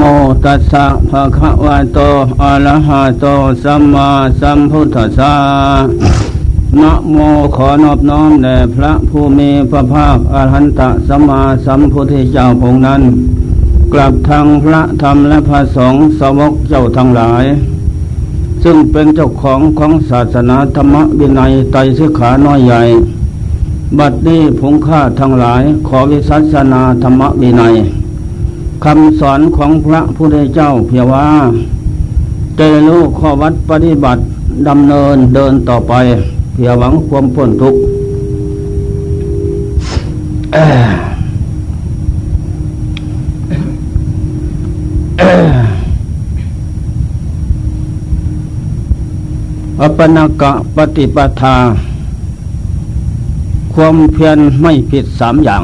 ตัสสะภะคะวะโตอะระหะโตสัมมาสัมพุทธัสสะนะโมขอนอบน้อมแด่พระผู้มีพระภาคอรหันตสัมมาสัมพุทธเจ้าพระองค์นั้นกลับทางพระธรรมและพระสงฆ์สาวกเจ้าทั้งหลายซึ่งเป็นเจ้าของศาสนาธรรมวินัยไตรสิกขาน้อยใหญ่บัดนี้ผงข้าทั้งหลายขอวิสัชนาธรรมวินัยคำสอนของพระพุทธเจ้าเพียงว่าเจริญรู้ข้อวัดปฏิบัติดำเนินเดินต่อไปเพื่อหวังความพ้นทุกข์อัปปนากะปฏิปทาความเพียรไม่ผิดสามอย่าง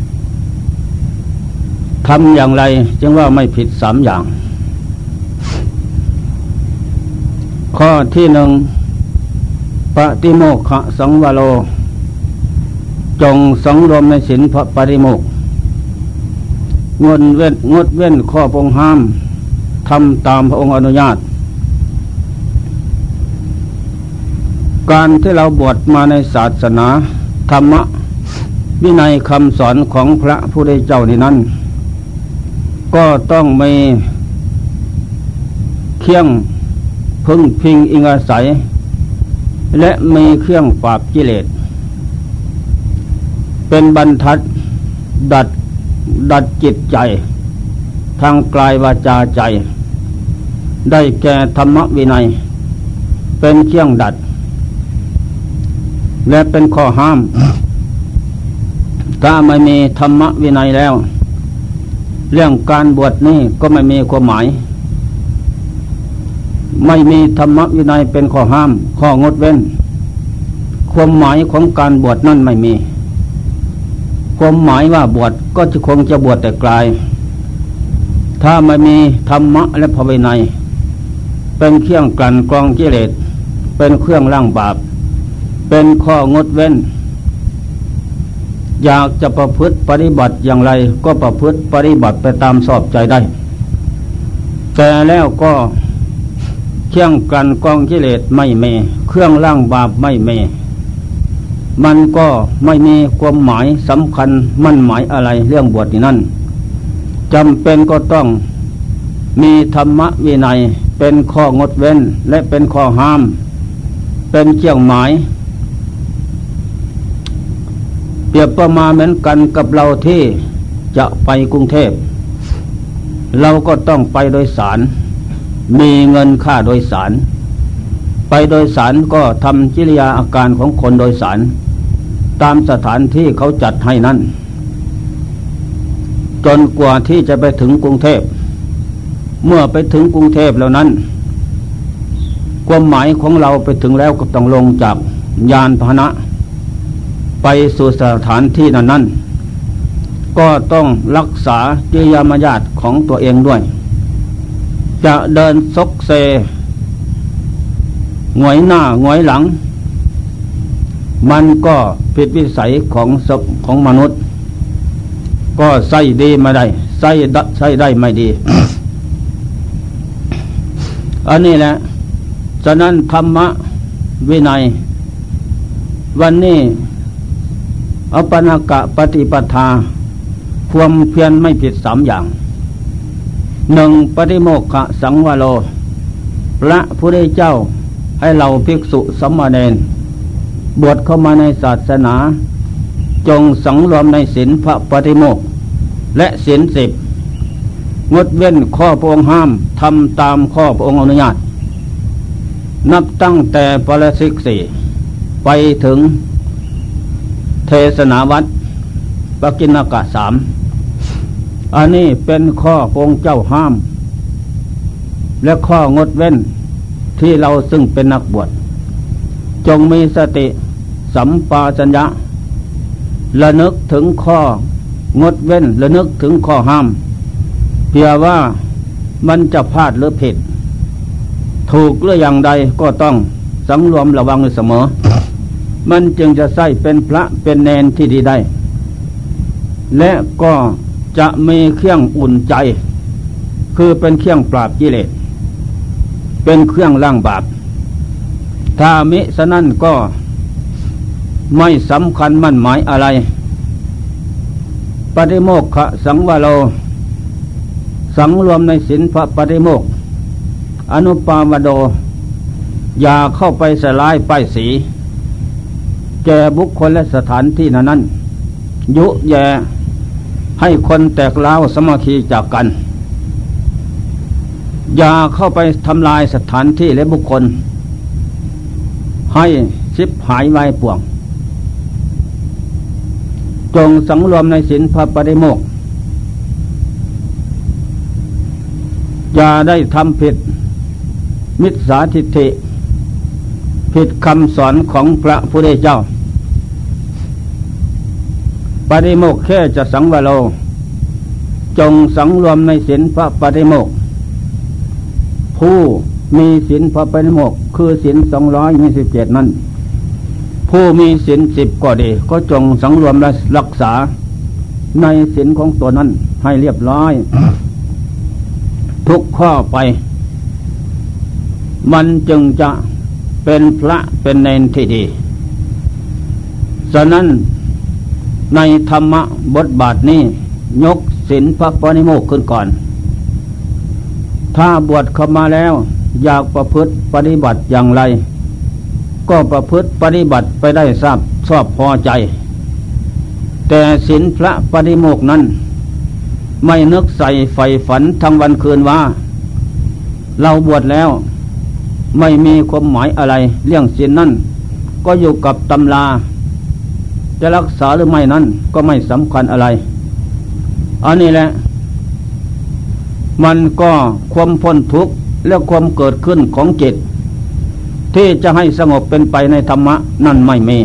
ทำอย่างไรจึงว่าไม่ผิดสามอย่างข้อที่หนึ่งปฏิโมกขสังวโรจงสังรวมในศีลปฏิโมกข์งดเว้นข้อปองห้ามทำตามพระองค์อนุญาตการที่เราบวชมาในศาสนาธรรมะวินัยคำสอนของพระผู้ได้เจ้านี้นั้นก็ต้องมีเครื่องพึ่งพิงอิงอาศัยและมีเครื่องปราบกิเลสเป็นบรรทัดดัดจิตใจทางกายวาจาใจได้แก่ธรรมวินัยเป็นเครื่องดัดและเป็นข้อห้ามถ้าไม่มีธรรมวินัยแล้วเรื่องการบวชนี่ก็ไม่มีความหมายไม่มีธรรมวินัยเป็นข้อห้ามข้องดเว้นความหมายของการบวชนั่นไม่มีความหมายว่าบวชก็จะคงจะบวชแต่ไกลถ้าไม่มีธรรมะและพระวินัยเป็นเครื่องกลั่นกรองกิเลสเป็นเครื่องล้างบาปเป็นข้องดเว้นอยากจะประพฤติปฏิบัติอย่างไรก็ประพฤติปฏิบัติไปตามชอบใจได้แต่แล้วก็เครื่องกลั่นกรองกิเลสไม่มีเครื่องล้างบาปไม่มีมันก็ไม่มีความหมายสำคัญมั่นหมายอะไรเรื่องบวชนี้นั่นจำเป็นก็ต้องมีธรรมวินัยเป็นข้องดเว้นและเป็นข้อห้ามเป็นเครื่องหมายเปรียบประมาณเหมือนกันกับเราที่จะไปกรุงเทพเราก็ต้องไปโดยสารมีเงินค่าโดยสารไปโดยสารก็ทำกิริยาอาการของคนโดยสารตามสถานที่เขาจัดให้นั้นจนกว่าที่จะไปถึงกรุงเทพเมื่อไปถึงกรุงเทพแล้วนั้นความหมายของเราไปถึงแล้วก็ต้องลงจากยานพาหนะไปสู่สถานที่นั้นก็ต้องรักษากิริยามารยาทของตัวเองด้วยจะเดินซกเซหงอยหน้าหงอยหลังมันก็ผิดวิสัยของมนุษย์ก็ใส่ดีไม่ได้ใส่ได้ไม่ดี อันนี้แหละฉะนั้นธรรมะวินัยวันนี้อัปปนากะปฏิปทาความเพียรไม่ผิดสามอย่างหนึ่งปฏิโมกขสังวโรพระพุทธเจ้าให้เราภิกษุสามเณรบวชเข้ามาในศาสนาจงสังรวมในศีลพระปฏิโมกข์และศีล10งดเว้นข้อพระองค์ห้ามทำตามข้อพระองค์อนุญาตนับตั้งแต่ปาราชิก4ไปถึงเทศนาวัดปกิณกะ3อันนี้เป็นข้อพระองค์เจ้าห้ามและข้องดเว้นที่เราซึ่งเป็นนักบวชจงมีสติสัมปชัญญะระลึกถึงข้องดเว้นระลึกถึงข้อห้ามเพื่อว่ามันจะพลาดหรือผิดถูกหรืออย่างใดก็ต้องสังรวมระวังเสมอมันจึงจะใช้เป็นพระเป็นเณรที่ดีได้และก็จะมีเครื่องอุ่นใจคือเป็นเครื่องปราบกิเลสเป็นเครื่องล้างบาปถ้ามิฉะนั้นก็ไม่สำคัญมั่นหมายอะไรปฏิโมกขสังวโรสังรวมในศีลพระปฏิโมกข์อนุปามโดอย่าเข้าไปสลายป้ายสีแก่บุคคลและสถานที่นั้นยุแย่ให้คนแตกร้าวสามัคคีจากกันอย่าเข้าไปทำลายสถานที่และบุคคลให้ชิบหายไว้ป่วงจงสังรวมในศีลพระปฏิโมกข์อย่าได้ทำผิดมิจฉาทิฏฐิผิดคำสอนของพระพุทธเจ้าปฏิโมกข์แค่จะสังวโรจงสังรวมในศีลพระปฏิโมกข์ผู้มีศีลพระปฏิโมกข์คือศีล227นั้นผู้มีศีล10ก็ดีก็จงสังรวมและรักษาในศีลของตัวนั้นให้เรียบร้อยทุกข้อไปมันจึงจะเป็นพระเป็นเณรที่ดีฉะนั้นในธรรมะบทบาทนี้ยกศีลพระปฏิโมกข์ขึ้นก่อนถ้าบวชเข้ามาแล้วอยากประพฤติปฏิบัติอย่างไรก็ประพฤติปฏิบัติไปได้ชอบพอใจแต่ศีลพระปฏิโมกข์นั้นไม่นึกใส่ใฝ่ฝันทั้งวันคืนว่าเราบวชแล้วไม่มีความหมายอะไรเรื่องศีลนั้นก็อยู่กับตำราจะรักษาหรือไม่นั้นก็ไม่สำคัญอะไรอันนี้แหละมันก็ความพ้นทุกข์และความเกิดขึ้นของจิตที่จะให้สงบเป็นไปในธรรมะนั่นไม่มี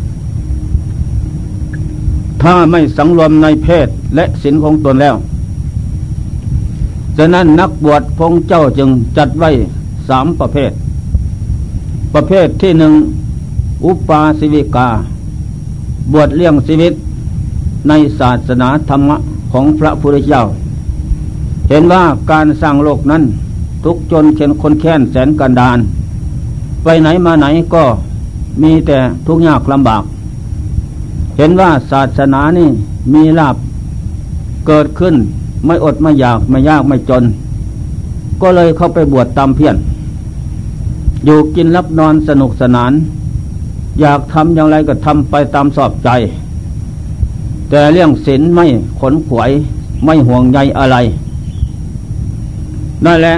ถ้าไม่สังรวมในเพศและศีลของตนแล้วฉะนั้นนักบวชพงเจ้าจึงจัดไว้3ประเภทประเภทที่1อุปาสิวิกาบวชเลี้ยงชีวิตในศาสนาธรรมะของพระพุทธเจ้าเห็นว่าการสร้างโลกนั้นทุกจนเช่นคนแค้นแสนกันดารไปไหนมาไหนก็มีแต่ทุกข์ยากลำบากเห็นว่าศาสนานี่มีลาภเกิดขึ้นไม่อดไม่อยากไม่ยากไม่จนก็เลยเข้าไปบวชตามเพี้ยนอยู่กินรับนอนสนุกสนานอยากทำอย่างไรก็ทำไปตามชอบใจแต่เรื่องศีลไม่ขนขวายไม่ห่วงใยอะไรนั่นแหละ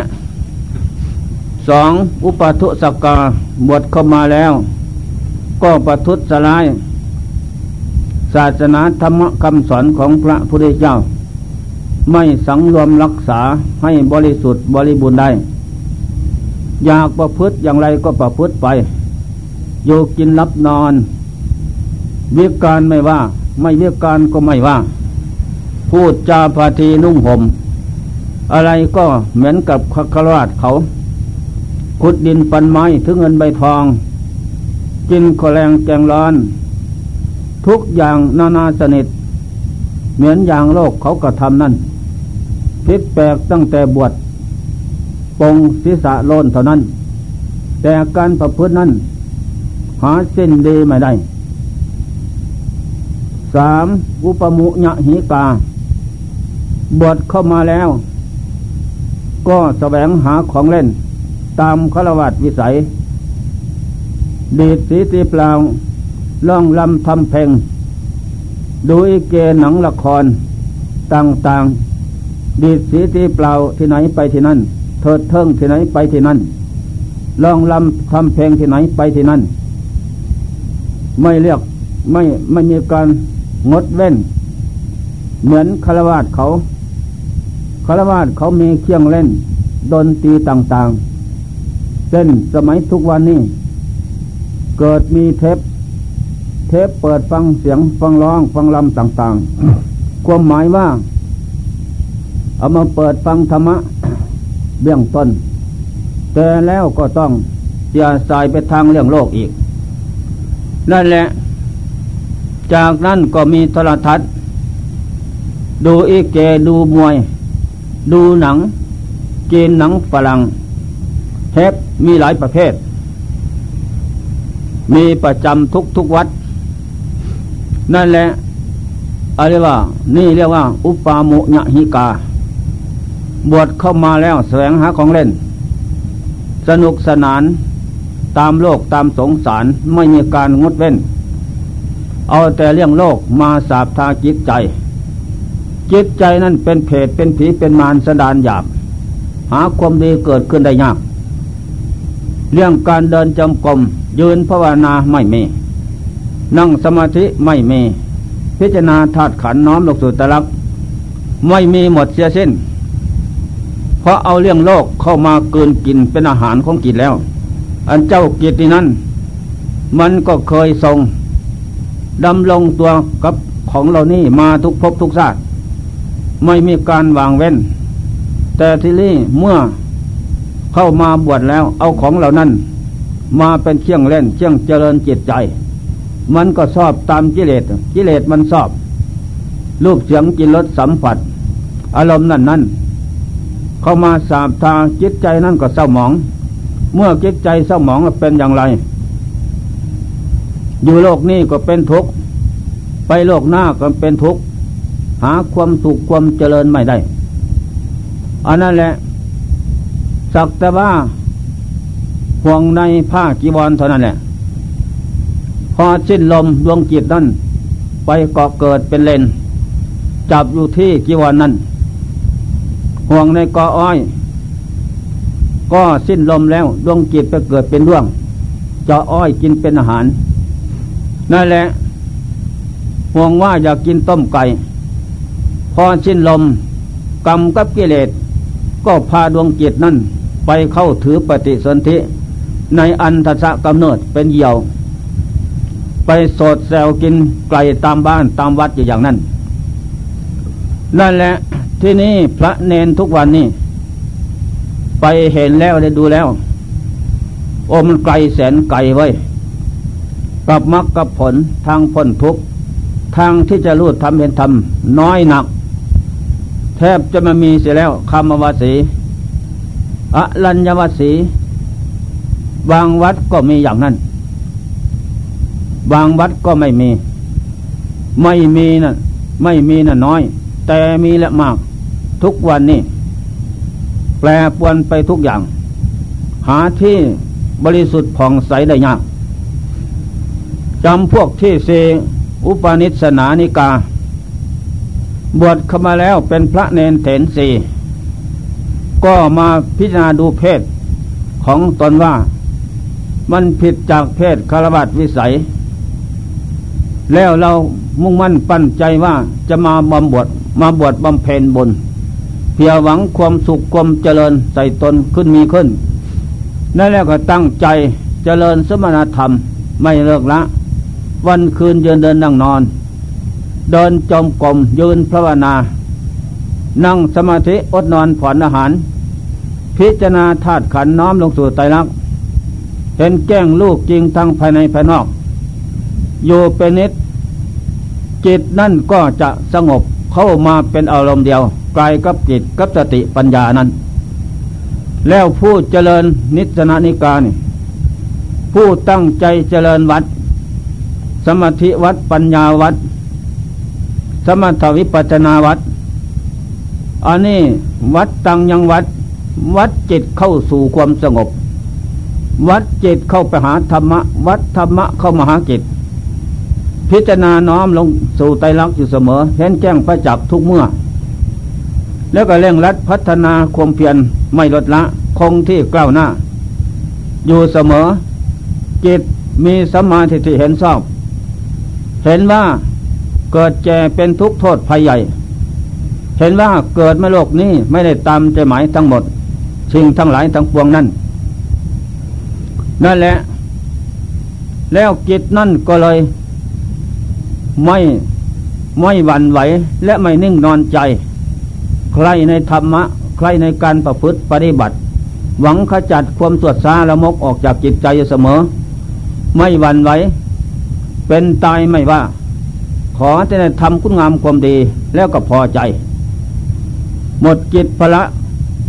2อุปาทุสกาบวชเข้ามาแล้วก็ประทุษร้ายศาสนาธรรมคำสอนของพระพุทธเจ้าไม่สังรวมรักษาให้บริสุทธิ์บริบูรณ์ได้อยากประพฤติอย่างไรก็ประพฤติไปอยู่กินรับนอนวิการไม่ว่าไม่วิการก็ไม่ว่าพูดจาพาทีนุ่งห่มอะไรก็เหมือนกับฆราวาสเขาขุดดินปันไม้ถึงเงินใบทองกินข้าวแรงแกงร้อนทุกอย่างนานาชนิดเหมือนอย่างโลกเขาก็ทำนั่นผิดแปลกตั้งแต่บวชปงศีรษะโลนเท่านั้นแต่การประพฤตินั้นหาเส้นดีไม่ได้3อุปมุญหิกาบวชเข้ามาแล้วก็แสวงหาของเล่นตามฆราวาสวิสัยดีดสีตีเปล่าร้องรำทำเพลงดูอีเกหนังละครต่างๆดีดสีตีเปล่าที่ไหนไปที่นั่นเถิดเทิงที่ไหนไปที่นั่นร้องรำทำเพลงที่ไหนไปที่นั่นไม่เรียกไม่มีการงดเว้นเหมือนฆราวาสเขามีเครื่องเล่นดนตรีต่างๆเช่นสมัยทุกวันนี้เกิดมีเทปเปิดฟังเสียงฟังร้องฟังรำต่างๆความหมายว่าเอามาเปิดฟังธรรมะเบื้องต้นแต่แล้วก็ต้องเสียสายไปทางเรื่องโลกอีกนั่นแหละจากนั้นก็มีโทรทัศน์ดูอีเกดูมวยดูหนังกินหนังฝรั่งเฮปมีหลายประเภทมีประจำทุกวัดนั่นแหละอะไรว่านี่เรียกว่าอุปามุญหิกาบวชเข้ามาแล้วแสวงหาของเล่นสนุกสนานตามโลกตามสงสารไม่มีการงดเว้นเอาแต่เรื่องโลกมาสาบทาจิตใจนั้นเป็นเพศเป็นผีเป็นมารสดานหยาบหาความดีเกิดขึ้นได้ยากเรื่องการเดินจงกรมยืนภาวนาไม่มีนั่งสมาธิไม่มีพิจารณาธาตุขันธ์น้อมลงสู่ไตรลักษณ์ไม่มีหมดเสียสิ้นเพราะเอาเรื่องโลกเข้ามาเกินกินเป็นอาหารของจิตแล้วอันเจ้าจิตนี้นั้นมันก็เคยทรงดำรงตัวกับของเรานี่มาทุกภพทุกชาติไม่มีการวางเว้นแต่ทีนี้เมื่อเข้ามาบวชแล้วเอาของเหล่านั้นมาเป็นเครื่องเล่นเครื่องเจริญจิตใจมันก็ชอบตามกิเลสมันชอบรูปเสียงกลิ่นรสสัมผัสอารมณ์นั้นเข้ามาสาบทาจิตใจนั่นก็เศร้าหมองเมื่อจิตใจเศร้าหมองเป็นอย่างไรอยู่โลกนี้ก็เป็นทุกข์ไปโลกหน้าก็เป็นทุกข์หาความสุขความเจริญไม่ได้อันนั้นแหละสักแต่ว่าห่วงในผ้าจีวรเท่านั้นแหละพอสิ้นลมดวงจิตนั้นไปเกาะเกิดเป็นเลนจับอยู่ที่จีวรนั้นห่วงในกออ้อยก็สิ้นลมแล้วดวงจิตไปเกิดเป็นดวงเจาะอ้อยกินเป็นอาหารนั่นแหละห่วงว่าอยากกินต้มไก่พอสิ้นลมกรรมกับกิเลสก็พาดวงจิตนั้นไปเข้าถือปฏิสนธิในอันทสะกำเนิดเป็นเหยี่ยวไปโสดแซวกินไก่ตามบ้านตามวัดอย่างนั้นนั่นแหละที่นี้พระเนนทุกวันนี้ไปเห็นแล้วได้ดูแล้วโอ้มันไกลแสนไกลไว้กับมรรคกับผลทางพ้นทุกข์ทางที่จะรู้ธรรมเห็นธรรมน้อยหนักแทบจะไม่มีเสียแล้วคำวาสีอรัญญวสีบางวัดก็มีอย่างนั้นบางวัดก็ไม่มีน่ะน้อยแต่มีและมากทุกวันนี้แปรปรวนไปทุกอย่างหาที่บริสุทธิ์ผ่องใสได้ยากจำพวกที่เสอุปนิสสนานิกาบวชเข้ามาแล้วเป็นพระเนนเถรสีก็มาพิจารณาดูเพศของตนว่ามันผิดจากเพศคฤหัสถ์วิสัยแล้วเรามุ่งมั่นปั้นใจว่าจะมาบวชบำเพ็ญบุญเพื่อหวังความสุขความเจริญใส่ตนมีขึ้นนั่นแล้วก็ตั้งใจเจริญสมณธรรมไม่เลิกละวันคืนยืนเดินนั่งนอนเดินจมกรมยืนภาวนานั่งสมาธิอดนอนผ่อนอาหารพิจารณาธาตุขันธ์น้อมลงสู่ไตรลักษณ์เห็นแจ้งลูกจริงทั้งภายในภายนอกอยู่เป็นนิดจิตนั่นก็จะสงบเข้ามาเป็นอารมณ์เดียวกลายกับจิตกับสติปัญญานั้นแล้วผู้เจริญนิสสนานิกานี่ผู้ตั้งใจเจริญวัดสมาธิวัดปัญญาวัดสมถวิปัสสนาวัดอันนี้วัดตั้งยังวัดจิตเข้าสู่ความสงบวัดจิตเข้าไปหาธรรมะวัดธรรมะเข้ามาหาจิตพิจารณาน้อมลงสู่ไตรลักษณ์อยู่เสมอเห็นแจ้งประจักษ์ทุกเมื่อแล้วก็เร่งรัดพัฒนาความเพียรไม่ลดละคงที่ก้าวหน้าอยู่เสมอจิตมีสัมมาทิฏฐิเห็นชอบเห็นว่าเกิดแก่เป็นทุกข์โทษภัยใหญ่เห็นว่าเกิดมาโลกนี้ไม่ได้ตามใจหมายทั้งหมดสิ่งทั้งหลายทั้งปวงนั่นแหละแล้วจิตนั่นก็เลยไม่หวั่นไหวและไม่นิ่งนอนใจใครในธรรมะใครในการประพฤติปฏิบัติหวังขจัดความสวดซาละมกออกจากจิตใจเสมอไม่หวั่นไหวเป็นตายไม่ว่าขอแต่ทำคุณงามความดีแล้วก็พอใจหมดกิจภาระ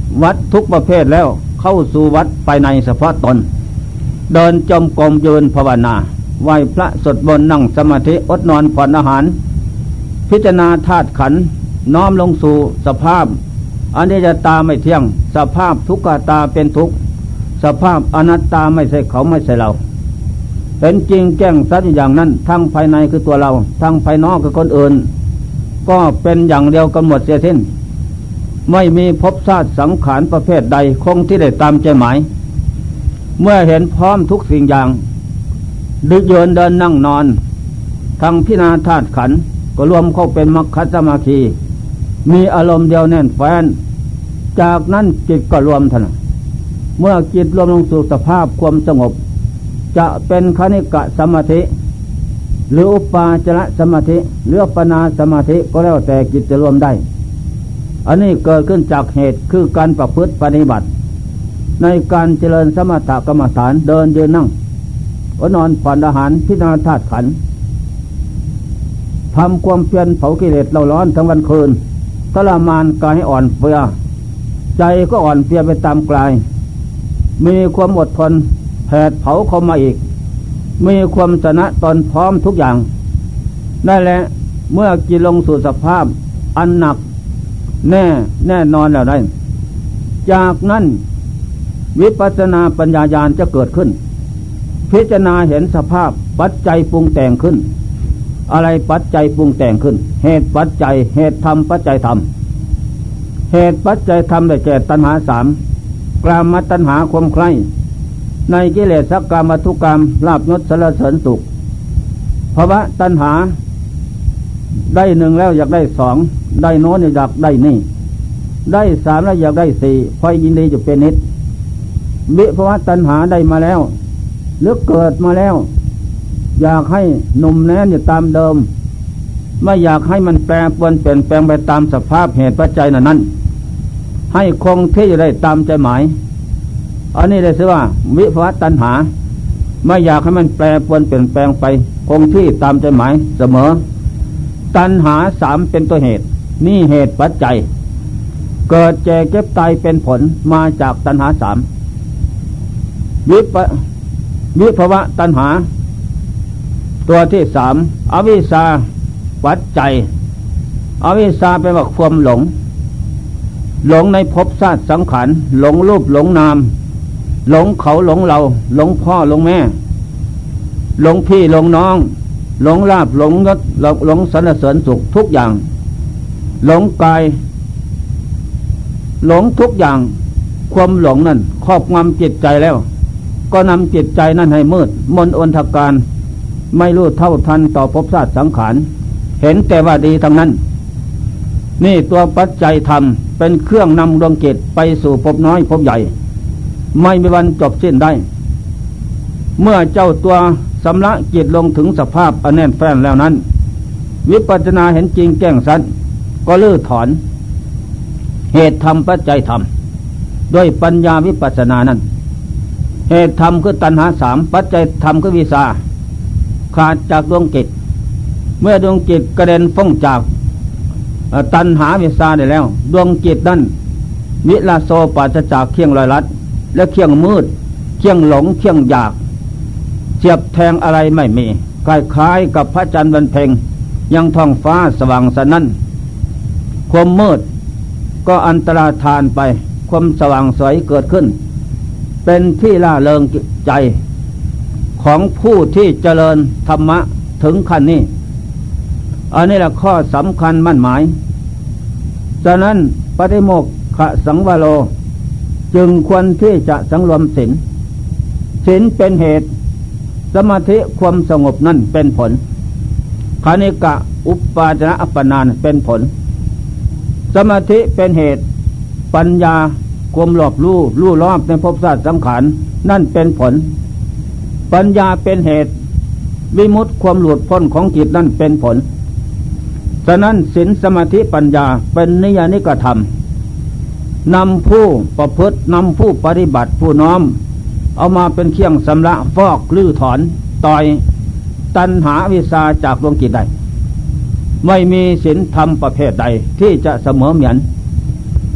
วัดทุกประเภทแล้วเข้าสู่วัดภายในเฉพาะตนเดินจมกรมยืนภาวนาไหว้พระสวดมนต์นั่งสมาธิอดนอนผ่อนอาหารพิจารณาธาตุขันธ์น้อมลงสู่สภาพอนิจจตาไม่เที่ยงสภาพทุกขตาเป็นทุกข์สภาพอนัตตาไม่ใช่เขาไม่ใช่เราเป็นจริงแจ้งสัจอย่างนั้นทั้งภายในคือตัวเราทั้งภายนอกคือคนอื่นก็เป็นอย่างเดียวกันหมดเสียสิ้นไม่มีภพชาติสังขารประเภทใดคงที่ได้ตามใจหมายเมื่อเห็นพร้อมทุกสิ่งอย่างดึกเยินเดินนั่งนอนทั้งพิจารณาธาตุขันธ์ก็รวมเข้าเป็นมรรคสมาธิมีอารมณ์เดียวแน่นแฟ้นจากนั้นจิตก็รวมทันเมื่อจิตรวมลงสู่สภาพความสงบจะเป็นคณิกะสมาธิหรืออุปาจารสมาธิหรืออัปปนาสมาธิก็แล้วแต่จิตจะรวมได้อันนี้เกิดขึ้นจากเหตุคือการประพฤติปฏิบัติในการเจริญสมถกรรมฐานเดินยืนนั่งนอนผ่อนอาหารพิจารณาธาตุขันธ์ทำความเพียรเผากิเลสเราร้อนทั้งวันคืนทรมานกายให้อ่อนเปลือใจก็อ่อนเปลียไปตามกายมีความอดทนแผดเผาเข้ามาอีกมีความชนะตนพร้อมทุกอย่างนั่นแหละเมื่อจิตลงสู่สภาพอันหนักแน่นอนแล้วได้จากนั้นวิปัสสนาปัญญาญาณจะเกิดขึ้นพิจารณาเห็นสภาพปัจจัยปรุงแต่งขึ้นอะไรปัจจัยปรุงแต่งขึ้นเหตุปัจจัยเหตุธรรมปัจจัยธรรมเหตุปัจจัยธรรมได้แก่ตัณหาสามกามตัณหาความใคร่ในกิเลสกามทุกรรมลาภยศสรรเสริญสุขภาวะตัณหาได้หนึ่งแล้วอยากได้สองได้โน้นอยากได้นี่ได้สามแล้วอยากได้สี่พอยินดีจะเป็นนิดวิภาวะตัณหาได้มาแล้วหรือเกิดมาแล้วอยากให้หนุ่มแน่นอยู่ตามเดิมไม่อยากให้มันแปรปรวนเปลี่ยนแปลงไปตามสภาพเหตุปัจจัยนั้นให้คงที่อยู่ได้ตามใจหมายอันนี้ได้ชื่อว่าวิภวตัณหาไม่อยากให้มันแปรปรวนเปลี่ยนแปลงไปคงที่ตามใจหมายเสมอตัณหาสามเป็นตัวเหตุนี่เหตุปัจจัยเกิดแก่เก็บตายเป็นผลมาจากตัณหาสามวิภวตัณหาตัวที่สามอวิชชาปัจจัยอวิชชาเป็นว่าความหลงในภพชาติสังขารหลงรูปหลงนามหลงเขาหลงเราหลงพ่อหลงแม่หลงพี่หลงน้องหลงลาภหลงยศหลงสรรเสริญสุขทุกอย่างหลงกายหลงทุกอย่างความหลงนั้นครอบงำจิตใจแล้วก็นำจิตใจนั้นให้มืดมนอนทการไม่รู้เท่าทันต่อภพชาติสังขารเห็นแต่ว่าดีทั้งนั้นนี่ตัวปัจจัยธรรมเป็นเครื่องนำดวงจิตไปสู่ภพน้อยภพใหญ่ไม่มีวันจบสิ้นได้เมื่อเจ้าตัวสำละจิตลงถึงสภาพอันแน่นแฟ้นแล้วนั้นวิปัสสนาเห็นจริงแจ้งชัดก็ลื้อถอนเหตุธรรมปัจจัยธรรมด้วยปัญญาวิปัสสนานั้นเหตุธรรมคือตัณหาสามปัจจัยธรรมคือวิชาขาดจากดวงจิตเมื่อดวงจิตกระเด็นฟ้องจากตัณหาวิชาได้แล้วดวงจิตนั้นวิลาโสปราศจากเคียงลอยลัดและเคียงมืดเคียงหลงเคียงอยากเจียบแทงอะไรไม่มีคล้ายๆกับพระจันทร์วันเพ็งยังท้องฟ้าสว่างสนั่นความมืดก็อันตรธานไปความสว่างสวยเกิดขึ้นเป็นที่ล่าเริงใจของผู้ที่เจริญธรรมะถึงขั้นนี้อันนี้แหละข้อสำคัญมั่นหมายฉะนั้นปฏิโมกขสังวโรจึงควรที่จะสังรวมศีลเป็นเหตุสมาธิความสงบนั่นเป็นผลคณิกะอุปปาจนะอัปปนานเป็นผลสมาธิเป็นเหตุปัญญาความรอบรู้รอบในภพชาติสังขารนั่นเป็นผลปัญญาเป็นเหตุวิมุตติความหลุดพ้นของจิตนั่นเป็นผลฉะนั้นศีลสมาธิปัญญาเป็นนิยานิกธรรมนำผู้ประพฤตินำผู้ปฏิบัติผู้น้อมเอามาเป็นเครื่องสำระฟอกลื้อถอนต่อยตัณหาวิชาจากดวงจิตใดไม่มีศีลธรรมประเภทใดที่จะเสมอเหมือนฉ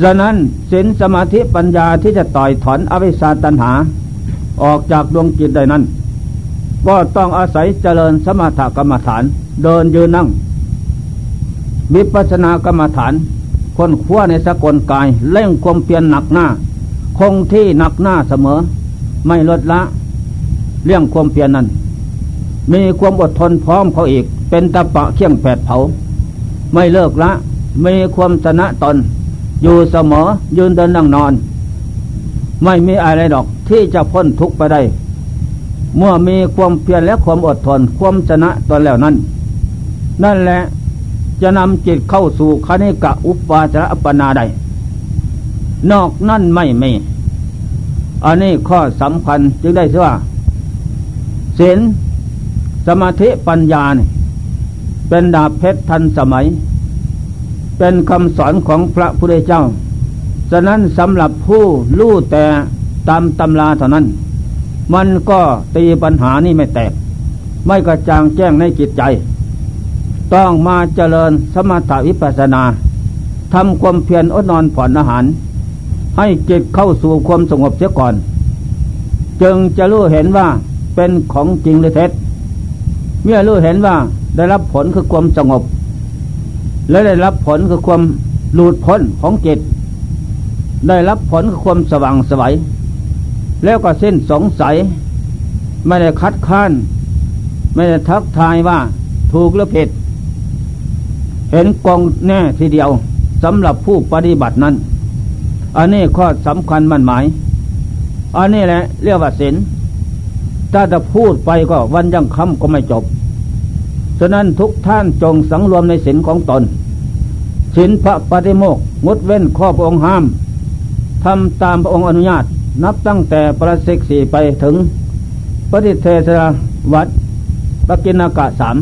ฉะนั้นศีลสมาธิปัญญาที่จะต่อยถอนอวิชชาตัณหาออกจากดวงจิตได้นั้นก็ต้องอาศัยเจริญสมถกรรมฐานเดินยืนนั่งวิปัสสนากรรมฐานค้นคว้าในสกลกายเร่งความเพียรหนักหน้าคงที่หนักหน้าเสมอไม่ลดละเรื่องความเพียรนั้นมีความอดทนพร้อมเขาอีกเป็นตะปะเขี่ยงแผดเผาไม่เลิกละมีความชนะตนอยู่เสมอยืนเดินนั่งนอนไม่มีอะไรดอกที่จะพ้นทุกข์ไปได้เมื่อมีความเพียรและความอดทนความชนะตนแล้วนั้นนั่นแหละจะนำจิตเข้าสู่คณิกะอุปาจารอัปปนาได้นอกนั่นไม่มีอันนี้ข้อสำคัญจึงได้ชื่อว่าศีลสมาธิปัญญานี่เป็นดาบเพชรทันสมัยเป็นคำสอนของพระพุทธเจ้าฉะนั้นสำหรับผู้รู้แต่ตามตำราเท่านั้นมันก็ตีปัญหานี่ไม่แตกไม่กระจ่างแจ้งในจิตใจต้องมาเจริญสมถะวิปัสสนาทำความเพียรอดนอนผ่อนอาหารให้จิตเข้าสู่ความสงบเสียก่อนจึงจะรู้เห็นว่าเป็นของจริงหรือเท็จเมื่อรู้เห็นว่าได้รับผลคือความสงบและได้รับผลคือความหลุดพ้นของจิตได้รับผลคือความสว่างไสวแล้วก็สิ้นสงสัยไม่ได้คัดค้านไม่ได้ทักทายว่าถูกหรือผิดเห็นกองแน่ทีเดียวสำหรับผู้ปฏิบัตินั้นอันนี้ข้อสำคัญมั่นหมายอันนี้แหละเรียกว่าศีลถ้าจะพูดไปก็วันยังค่ำก็ไม่จบฉะนั้นทุกท่านจงสังรวมในศีลของตนศีลพระปฏิโมกข์งดเว้นข้อพระองค์ห้ามทำตามพระองค์อนุญาตนับตั้งแต่ปราชิก4ไปถึงปฏิเทศวัดปกิณกะ3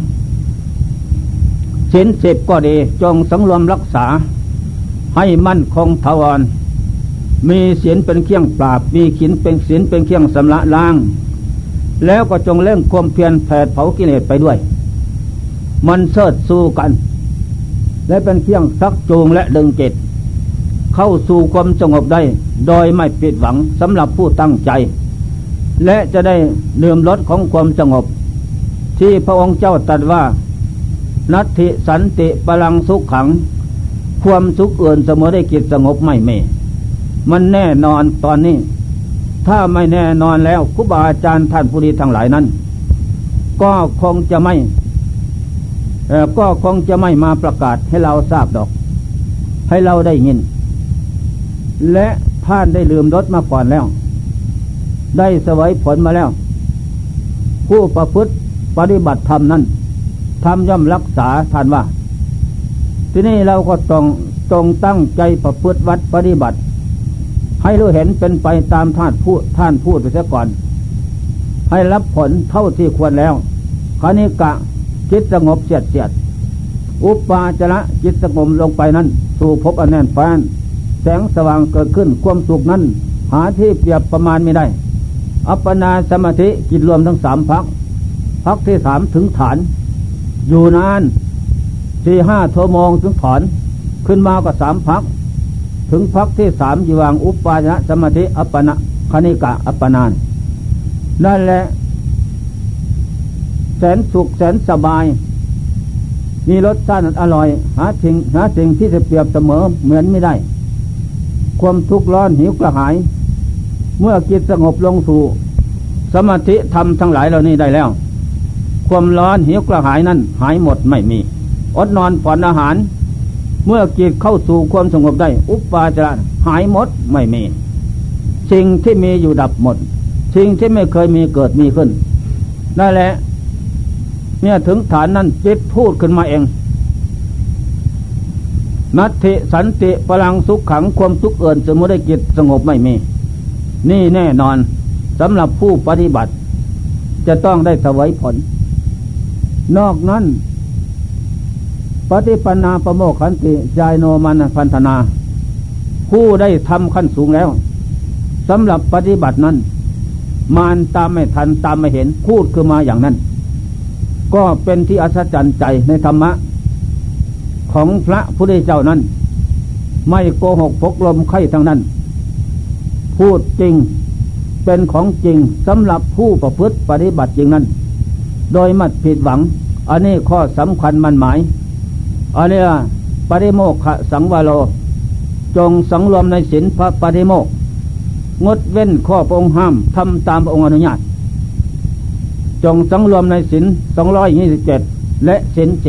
ศีล10ก็ดีจงสังรวมรักษาให้มั่นคงถาวรมีศีลเป็นเครื่องปราบมีศีลเป็นเครื่องชำระล้างแล้วก็จงเร่งความเพียรแผดเผากิเลสไปด้วยมันเชิดสู้กันและเป็นเครื่องชักจูงและดึงจิตเข้าสู่ความสงบได้โดยไม่ผิดหวังสำหรับผู้ตั้งใจและจะได้ดื่มรสของความสงบที่พระองค์เจ้าตรัสว่านัตถิสันติพลังสุขขังความสุขอื่นเสมอได้จิตสงบไม่มีมันแน่นอนตอนนี้ถ้าไม่แน่นอนแล้วครูบาอาจารย์ท่านผู้ดีทั้งหลายนั้นก็คงจะไม่มาประกาศให้เราทราบดอกให้เราได้ยินและท่านได้ลืมรสมาก่อนแล้วได้เสวยผลมาแล้วผู้ประพฤติปฏิบัติธรรมนั้นทำย่อมรักษาท่านว่าที่นี่เราก็ต้องตั้งใจประพฤติวัดปฏิบัติให้รู้เห็นเป็นไปตามท่านพูดไปเสียก่อนให้รับผลเท่าที่ควรแล้วคณิกะจิตสงบเสียดอุปาจาระจิตสงบลงไปนั้นสู่ภพอันแน่นแฟ้นแสงสว่างเกิดขึ้นความสุขนั้นหาที่เปรียบประมาณไม่ได้อัปปนาสมาธิจิตรวมทั้ง3พักที่3ถึงฐานอยู่นาน 4-5 ชั่วโมงถึงถอนขึ้นมาก็3พักถึงพักที่3อยู่วางอุปาจารสมาธิอัปปนาคณิกะอัปปนานนั่นแหละแสนสุขแสนสบายมีรสชาติอร่อยหาสิ่งที่จะเปรียบเสมอเหมือนไม่ได้ความทุกข์ร้อนหิวกระหายเมื่อจิตสงบลงสู่สมาธิธรรมทั้งหลายเหล่านี้ได้แล้วความร้อนหิวกระหายนั้นหายหมดไม่มีอดนอนผ่อนอาหารเมื่อจิตเข้าสู่ความสงบได้อุปาจารหายหมดไม่มีสิ่งที่มีอยู่ดับหมดสิ่งที่ไม่เคยมีเกิดมีขึ้นนั่นแหละเนี่ยถึงฐานนั้นจิตพูดขึ้นมาเองนัตถิสันติพลังสุขขังความทุกข์อื่นสมมุติได้จิตสงบไม่มีนี่แน่นอนสำหรับผู้ปฏิบัติจะต้องได้เสวยผลนอกนั้นปฏิปันนาประโมคขันติจายโนมันพันธนาผู้ได้ทำขั้นสูงแล้วสำหรับปฏิบัตินั้นมารตามไม่ทันตามไม่เห็นพูดขึ้นมาอย่างนั้นก็เป็นที่อัศจรรย์ใจในธรรมะของพระพุทธเจ้านั้นไม่โกหกพกลมไข่ทั้งนั้นพูดจริงเป็นของจริงสำหรับผู้ประพฤติปฏิบัติจริงนั้นโดยไม่ผิดหวังอันนี้ข้อสำคัญมันหมายอันนี้ปฏิโมกขสังวโรจงสังรวมในศีลพระปฏิโมกข์งดเว้นข้อพระองค์ห้ามทำตามพระองค์อนุญาตจงสังรวมในศีล227และศีล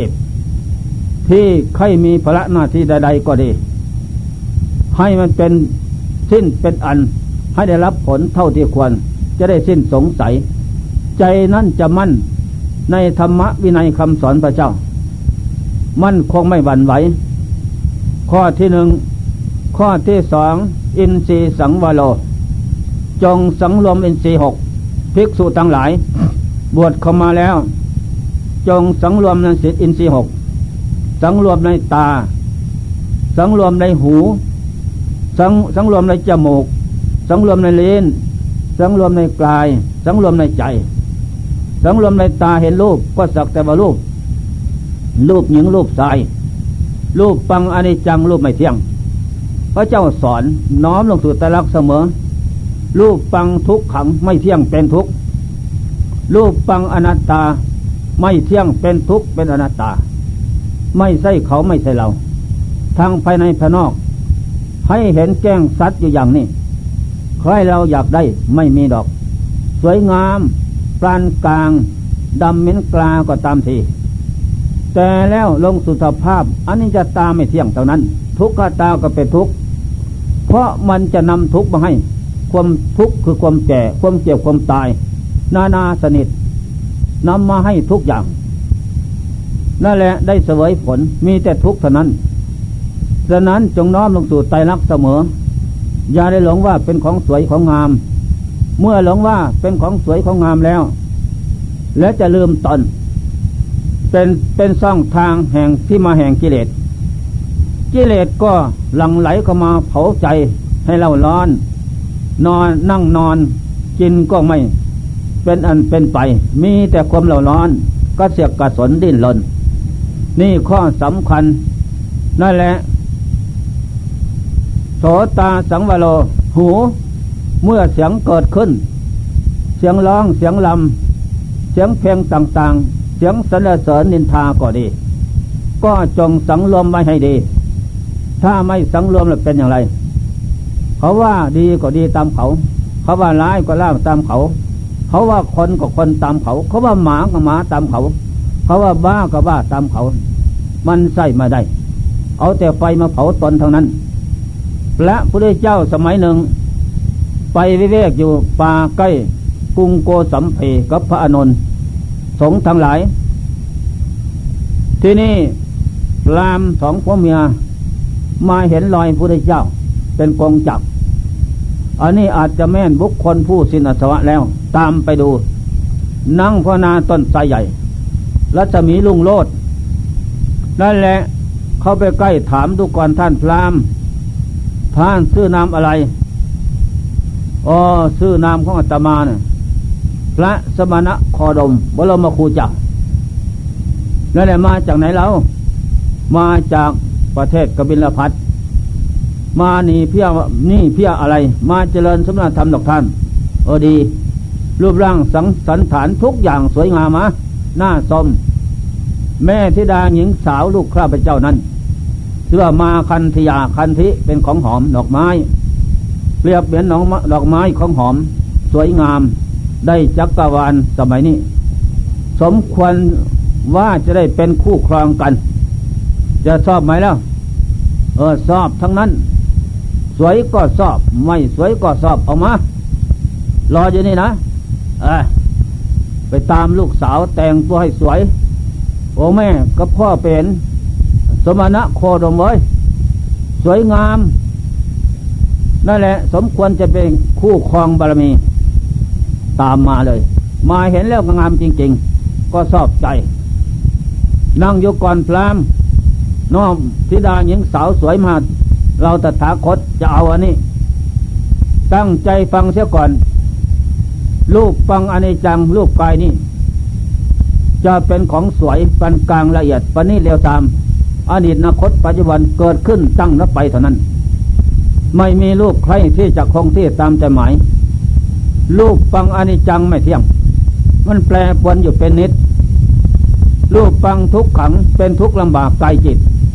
10ที่ใครมีภาระหน้าที่ใดๆก็ดีให้มันเป็นสิ้นเป็นอันให้ได้รับผลเท่าที่ควรจะได้สิ้นสงสัยใจนั้นจะมั่นในธรรมวินัยคำสอนพระเจ้ามั่นคงไม่หวั่นไหวข้อที่1ข้อที่2อินทรีย์สังวโรจงสังรวมอินทรีย์6ภิกษุทั้งหลายบวชเข้ามาแล้วจงสังรวมในศีลอินทรีย์6สังรวมในตาสังรวมในหูสังรวมในจมูกสังรวมในลิ้นสังรวมในกายสังรวมในใจสังรวมในตาเห็นรูปก็สักแต่ว่ารูปหญิงรูปชายรูปปังอนิจจังรูปไม่เที่ยงพระเจ้าสอนน้อมลงสู่ไตรลักษณ์เสมอรูปปังทุกขังไม่เที่ยงเป็นทุกข์รูปปังอนัตตาไม่เที่ยงเป็นทุกข์เป็นอนัตตาไม่ใช่เขาไม่ใช่เราทางภายในภายนอกให้เห็นแจ้งสัตว์อยู่อย่างนี้ใครเราอยากได้ไม่มีดอกสวยงามปานกลางดำเหม็นกลาก็ตามทีแต่แล้วลงสุขภาพอันนี้จะตาไม่เที่ยงเท่านั้นทุกขตาก็เป็นทุกข์เพราะมันจะนำทุกข์มาให้ความทุกข์คือความแก่ความเจ็บความตายนาสนิทนำมาให้ทุกอย่างนั่นแหละได้เสวยผลมีแต่ทุกข์เท่านั้นฉะนั้นจงน้อมลงสู่ไตรลักษณ์เสมออย่าได้หลงว่าเป็นของสวยของงามเมื่อหลงว่าเป็นของสวยของงามแล้วและจะลืมตนเป็นช่องทางแห่งที่มาแห่งกิเลสก็หลั่งไหลเข้ามาเผาใจให้เราร้อนนั่งนอนกินก็ไม่เป็นอันเป็นไปมีแต่ความเราร้อนก็เสียกกระสนดิ้นรนนี่ข้อสำคัญนั่นแหละโสตาสังวโรหูเมื่อเสียงเกิดขึ้นเสียงร้องเสียงลำเสียงเพลงต่างๆเสียงสรรเสริญนินทาก็ดีก็จงสังรวมไว้ให้ดีถ้าไม่สังรวมแล้วเป็นอย่างไรเขาว่าดีก็ดีตามเขาว่าร้ายก็ร้ายตามเขาว่าคนก็คนตามเขาว่าหมาก็หมาตามเขาว่าบ้าก็บ้าตามเขามันใส่มาได้เอาแต่ไฟมาเผาตนเท่านั้นพระพุทธเจ้าสมัยหนึ่งไปวิเวกอยู่ป่าใกล้กรุงโกสัมพีกับพระอานนท์สงฆ์ทั้งหลายที่นี่พราหมณ์สองผัวเมียมาเห็นรอยพระพุทธเจ้าเป็นกองจักรอันนี้อาจจะแม่นบุคคลผู้สิ้นอาสวะแล้วตามไปดูนั่งภาวนาต้นไทรใหญ่รัศมีรุ่งโรจน์นั่นแหละเข้าไปใกล้ถามดูก่อนท่านพราหมณ์ท่านชื่อนามอะไรชื่อนามของอาตมาเนี่ยพระสมณะโคดมบรมครูจักรนั่นแหละมาจากไหนแล้วมาจากประเทศกบิลพัสมานี่เพี้ยอะไรมาเจริญสมณธรรมดอกท่านดีรูปร่างสันฐานทุกอย่างสวยงามมะหน้าสมแม่ธิดาหญิงสาวลูกข้าพเจ้านั้นชื่อว่ามาคันธิเป็นของหอมดอกไม้เปรียบเหมือนดอกไม้ของหอมสวยงามได้จักรวาลสมัยนี้สมควรว่าจะได้เป็นคู่ครองกันจะชอบไหมแล้วชอบทั้งนั้นสวยก็ชอบไม่สวยก็ชอบเอามารออยู่นี่นะไปตามลูกสาวแต่งตัวให้สวยโอ้แม่กับพ่อเป็นสมณะโคดมเลยสวยงามนั่นแหละสมควรจะเป็นคู่ครองบารมีตามมาเลยมาเห็นแล้วก็งามจริงๆก็ชอบใจนั่งอยู่ก่อนพราหมณ์น้อมธิดาหญิงสาวสวยมาเราตถาคตจะเอาอันนี้ตั้งใจฟังเสียก่อนรูปปังอนิจจังรูปกายนี้จะเป็นของสวยปานกลางละเอียดปานนี้เร็วตามอดีตอนาคตปัจจุบันเกิดขึ้นตั้งนับไปเท่านั้นไม่มีรูปใครที่จะคงที่ตามใจหมายรูปปังอนิจจังไม่เที่ยงมันแปรปรวนอยู่เป็นนิดรูปปังทุกขังเป็นทุกข์ลำบากกายจิต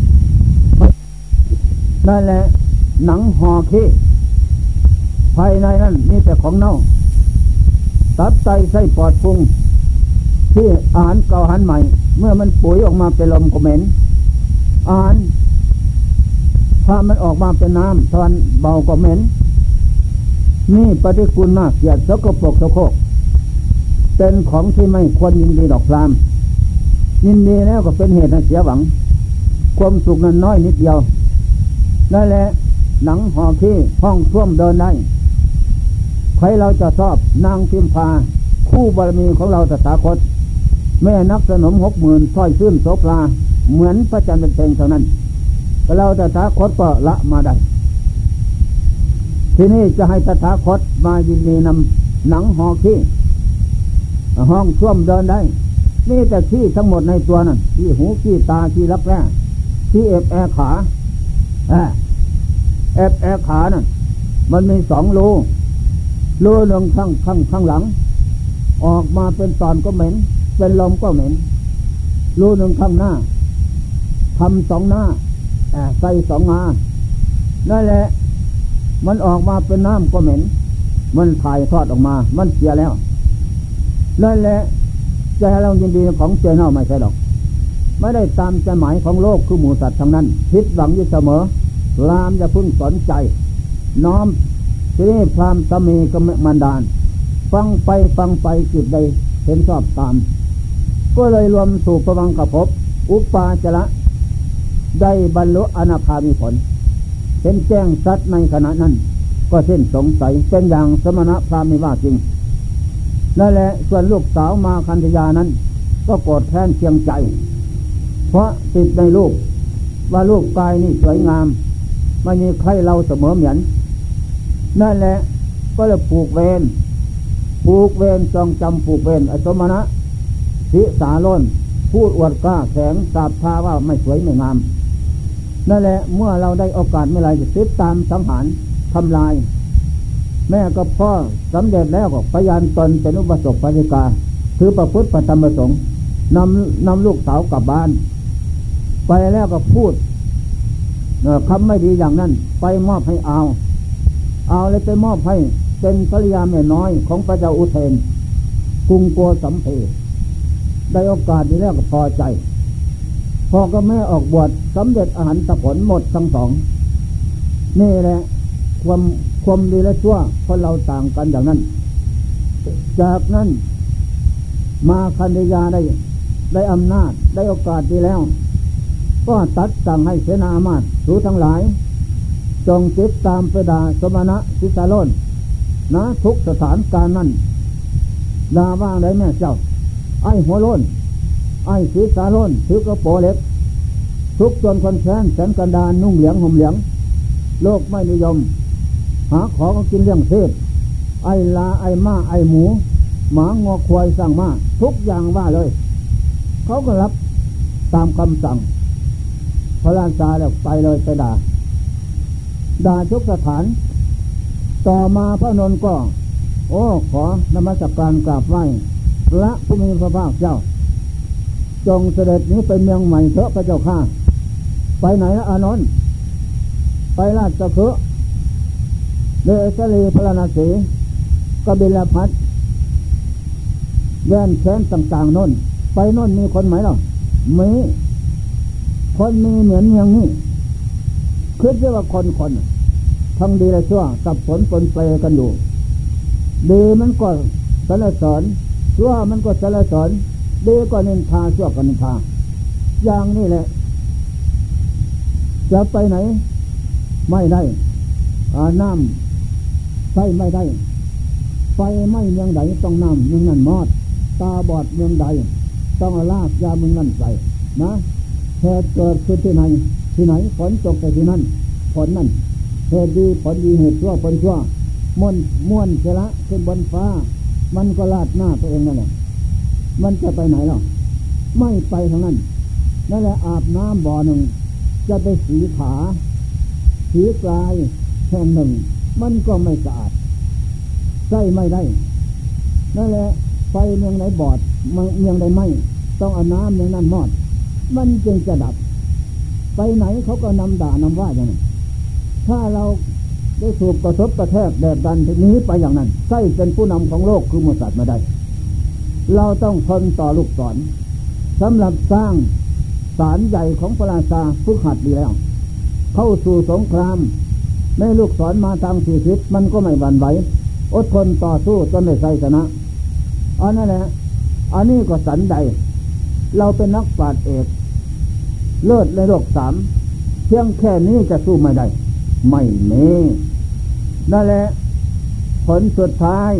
นั่นแหละหนังห่อขี้ภายในนั้นมีแต่ของเน่าตับไตไส้ปอดพุงที่อาหารเก่าอาหารใหม่เมื่อมันปุ๋ยออกมาเป็นลมก็เหม็นอาหารถ้ามันออกมาเป็นน้ำทอนเบาก็เหม็นนี่ปฏิกูลมากเกียดสกปรกโสโครกเป็นของที่ไม่ควรยินดีดอกพรามยินดีแล้วก็เป็นเหตุให้เสียหวังความสุขนั้นน้อยนิดเดียวนั่นแหละหนังห่อขี้ห้องท่วมเดินได้ใครเราจะชอบนางพิมพาคู่บารมีของเราตถาคตแม่นักสนม60,000ถ้อยซื่นโสภาเหมือนพระจันทร์เป็นเพ่งเท่านั้นเราตถาคตก็ละมาได้ทีนี้จะให้ตถาคตมายินดีนำหนังห่อขี้ห้องท่วมเดินได้นี่แต่ขี้ทั้งหมดในตัวนั้นขี้หูขี้ตาขี้รักแร้ขี้เอฟแอขาเอฟแอขานั่นมันมี2 รูหนึ่งข้างหลังออกมาเป็นตอนก็เหม็นเป็นลมก็เหม็นรูหนึ่งข้างหน้าทำ2 หน้าใส่2 งานั่นแหละมันออกมาเป็นน้ำก็เหม็นมันถ่ายทอดออกมามันเสียแล้วนั่นแหละจะให้เรายินดีของเจเน่าไม่ใช่ดอกไม่ได้ตามใจหมายของโลกคือหมู่สัตว์ทั้งนั้นผิดหวังอยู่เสมอพรามจะพึ่งสนใจน้อมทีนี้พรามสามีกับมันดานฟังไปจิตใดเห็นชอบตามก็เลยรวมสู่ประวังกภพอุปาจระได้บรรลุอนาคามีผลเป็นแจ้งสัตว์ในขณะนั้นก็เส้นสงสัยเป็นอย่างสมณะพราหมณ์ไม่ว่าจริงนั่นแหละส่วนลูกสาวมาคันธยานั้นก็โกรธแค้นเคียงใจเพราะติดในลูกว่าลูกกายนี่สวยงามไม่มีใครเราเสมอเหมือนนั่นแหละก็เลยผูกเวรจองจำผูกเวรอสมณะทิสาล้นพูดอวดกล้าแข็งสาบทาว่าไม่สวยไม่งามนั่นแหละเมื่อเราได้โอกาสเมื่อไรจะติดตามสังหารทำลายแม่กับพ่อสำเร็จแล้วก็พยานตนเป็นอุปสมบทปฏิกาถือประพฤติประธรรมประสงค์นำลูกสาวกลับบ้านไปแล้วก็พูดคำไม่ดีอย่างนั้นไปมอบให้เอาเลยไปมอบให้เป็นภริยาแม่น้อยของพระเจ้าอุเทนกรุงโกสัมเพได้โอกาสนี้แล้วก็พอใจพ่อก็แม่ออกบวชสำเร็จอรหันตผลหมดทั้ง 2นี่แหละความดีและชั่วคนเราต่างกันอย่างนั้นจากนั้นมาคันธยาได้อำนาจได้โอกาสดีแล้วก็ตัดสั่งให้เสนาอามาตย์รู้ทั้งหลายจงติดตามไปด่าสมณะทิสาล้นนะทุกสถานการนั้นด่าว่างได้แม่เจ้าไอ้หัวโล้นไอ้ทิสาล้นถือกระโปรงเล็กทุกจนคนแค้นแสนกันดานนุ่งเหลืองห่มเหลืองโลกไม่นิยมหาของกินเลี้ยงเทพไอ้ลาไอ้ม้าไอ้หมูหมางอควายสั่งมาทุกอย่างว่าเลยเขาก็รับตามคำสั่งพระราชาแล้วไปเลยไปด่าทุกสถานต่อมาพระนนท์ก็ขอนมัสการกราบไหว้พระผู้มีพระภาคเจ้าจงเสด็จนี้ไปเมืองใหม่เถอะพระเจ้าข้าไปไหนละอานนท์ไปราชคฤห์เดชลีพระนศีกบิลพัทแว่นแค้นต่างๆโน่นไปโน่นมีคนไหมหรอมีคนมีเหมือนเมืองนี้คิดว่าคนทั้งดีและชั่วสับสนปนเปกันอยู่ดีมันก็สรรเสริญชั่วมันก็สรรเสริญดีก็นินทาชั่วก็นินทาอย่างนี้แหละจะไปไหนไม่ได้น้ำใส่ไม่ได้ไฟไหม้เมืองใดต้องน้ำเมืองนั้นมอดตาบอดเมืองใดต้องลากยาเมืองนั้นใส่นะเหตุเกิดขึ้นที่ไหนฝนตกไปที่นั่นฝนนั่นเหตุดีผลดีเหตุชั่วผลชั่วม้วนเสละขึ้นบนฟ้ามันก็ลาดหน้าตัวเองนั่นแหละมันจะไปไหนหรอไม่ไปทางนั้นนั่นแหละอาบน้ำบ่อหนึ่งจะไปสีขาสีกลายแห่งหนึ่งมันก็ไม่สะอาดใช้ไม่ได้นั่นแหละไฟเมืองไหนบอดเมืองใดไหม้ต้องเอาน้ำเมืองนั้นมอดมันจึงจะดับไปไหนเขาก็นำด่านำว่าอย่างนั้นถ้าเราได้ถูกกระทบกระแทกแดดดันนี้ไปอย่างนั้นใช่เป็นผู้นำของโลกคือมนุษย์มาได้เราต้องทนต่อลูกศรสำหรับสร้างศาลใหญ่ของพระราชาฝึกหัดดีแล้วเข้าสู่สงครามแม่ลูกศรมาทางชีวิตมันก็ไม่หวั่นไหวอดทนต่อสู้จนได้ชัยชนะอันนั้นแหละอันนี้ก็สันใดเราเป็นนักปราชญ์เอกเลิศในโลกสามเพียงแค่นี้จะสู้ไม่ได้ไม่มีนั่นแหละผลสุดท้าย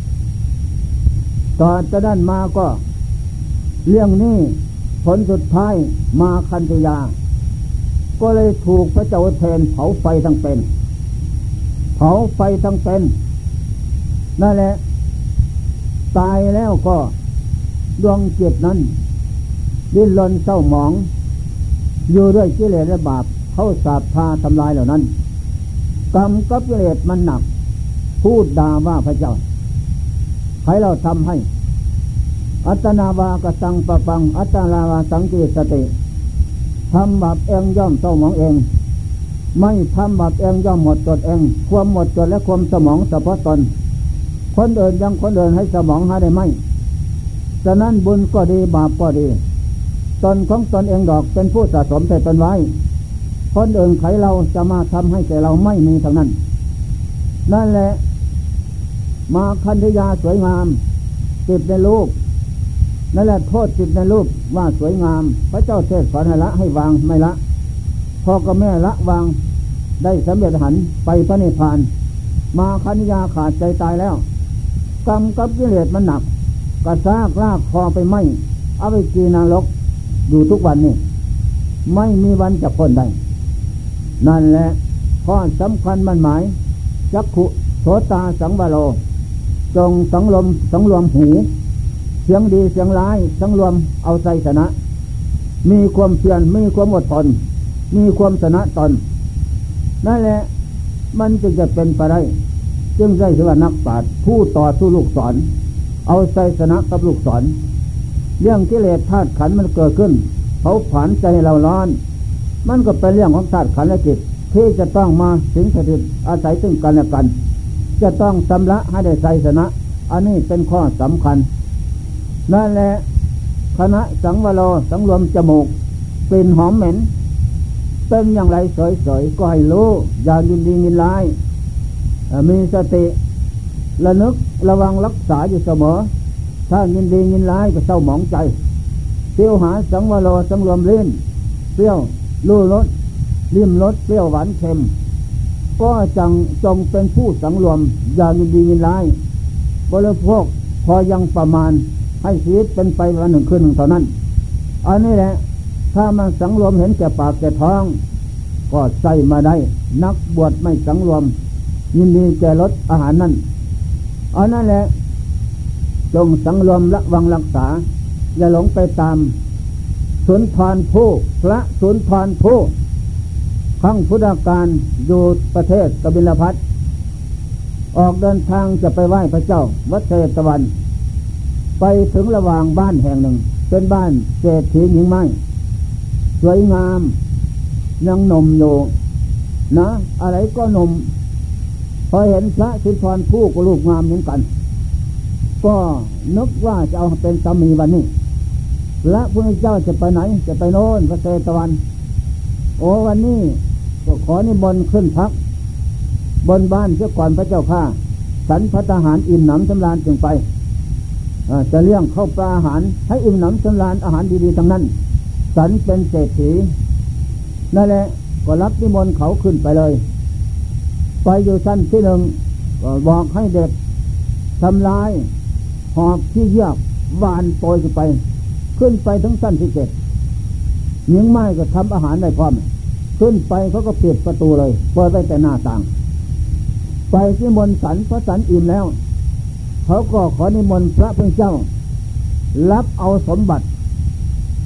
ต่อจากนั้นมาก็เรื่องนี้ผลสุดท้ายมาคันธยาก็เลยถูกพระเจ้าแทนเผาไฟทั้งเป็นเผาไฟทั้งเป็นนั่นแหละตายแล้วก็ดวงจิตนั้นดิ้นรนเศร้าหมองอยู่ด้วยกิเลสและบาปเข้าสาปพาทำลายเหล่านั้นกรรมกับกิเลสมันหนักพูดด่าว่าพระเจ้าให้เราทำให้อัตนาวากสังปะปังอัตนาวาสังกิสติทำบาปเองย่อมเศร้าหมองเองไม่ทำบาปเองย่อมหมดจดเองความหมดจดและความสมองเฉพาะตนคนอื่นยังคนอื่นให้สมองหาได้ไหมฉะนั้นบุญก็ดีบาปก็ดีตนของตนเองดอกเป็นผู้สะสมแต่ตนไว้คนอื่นใครเราจะมาทำให้แก่เราไม่มีทั้งนั้นนั่นแหละมาคันธยาสวยงามติดในรูปนั่นแหละโทษติดในรูปว่าสวยงามพระเจ้าเทศสอนให้ละให้วางไม่ละพ่อกับแม่ละวางได้สำเร็จหันไปพระนิพพานมาคันธยาขาดใจตายแล้วกรรมกับกิเลสมันหนักกระซากลากคอไปไหมเอาไปกีนรกอยู่ทุกวันนี้ไม่มีวันจะพ้นได้นั่นแหละข้อสำคัญมันหมายจักขุโสตาสังวโรจงสังรวมหูเสียงดีเสียงร้ายสังรวมเอาใจชนะมีความเพียรมีความอดทนมีความชนะตนนั่นแหละมันจึงจะเป็นไปได้จึงได้ชื่อว่านักปราชญ์ผู้ต่อสู้ลูกศรเอาใจชนะกับลูกศรเรื่องกิเลสธาตุขันธ์มันเกิดขึ้นเขาผานใจเราร้อนมันก็เป็นเรื่องของธาตุขันธ์และจิตที่จะต้องมาสิงสถิตอาศัยซึ่งกันและกันจะต้องชำระให้ได้ใจชนะอันนี้เป็นข้อสำคัญนั่นแหละคณะสังวโรสังรวมจมูกกลิ่นหอมเหม็นเป็นอย่างไรเสยๆก็ให้รู้อย่ายินดียินร้ายมีสติระนึกระวังรักษาอยู่เสมอถ้ายินดียินร้ายก็เศร้าหมองใจเที่ยวหาสังวโรสังรวมลิ้นเปรี้ยวรู้รสลิ้มรสเปรี้ยวหวานเค็มก็จงเป็นผู้สังรวมอย่ายินดียินร้ายบริโภคพอยังประมาณให้ชีวิตเป็นไปวันหนึ่งคืนหนึ่งเท่านั้นอันนี้แหละถ้ามันสังรวมเห็นแก่ปากแก่ท้องก็ใส่มาได้นักบวชไม่สังรวมยินดีแก่รสอาหารนั้นอันนั้นแหละจงสังรวมระวังรักษาอย่าหลงไปตามสุนทรภู่พระสุนทรภู่ครั้งพุทธกาลอยู่ประเทศกบิลพัสออกเดินทางจะไปไหว้พระเจ้าวัดเชตวันไปถึงระหว่างบ้านแห่งหนึ่งเป็นบ้านเศรษฐีหญิงไม้สวยงามยังหนุ่มอยู่นะอะไรก็หนุ่มพอเห็นพระสุนทรภู่ก็รูปงามเหมือนกันก็นึกว่าจะเอาเป็นสามีวันนี้และพระเจ้าจะไปไหนจะไปโน่นพระเชตวันโอ้วันนี้ก็ขอนิมนต์ขึ้นพักบนบ้านเจ้าก่อนพระเจ้าข้าฉันพระทหารอิ่มหนำสำราญจึงไปจะเลี้ยงข้าวปลาอาหารให้อิ่มหนำสำราญอาหารดีๆทั้งนั้นฉันเป็นเศรษฐีนั่นแหละก็รับนิมนต์เขาขึ้นไปเลยไปอยู่ชั้นที่หนึ่งก็บอกให้เด็กทำลายหอบที่เยือกวานโปรยไปขึ้นไปถึงชั้นที่7หญิงไม้ก็ทำอาหารได้พร้อมขึ้นไปเขาก็ปิดประตูเลยเปิดไว้แต่หน้าต่างไปนิมนต์ฉันพระฉันอิ่มแล้วเขาก็ขอนิมนต์พระพุทธเจ้ารับเอาสมบัติ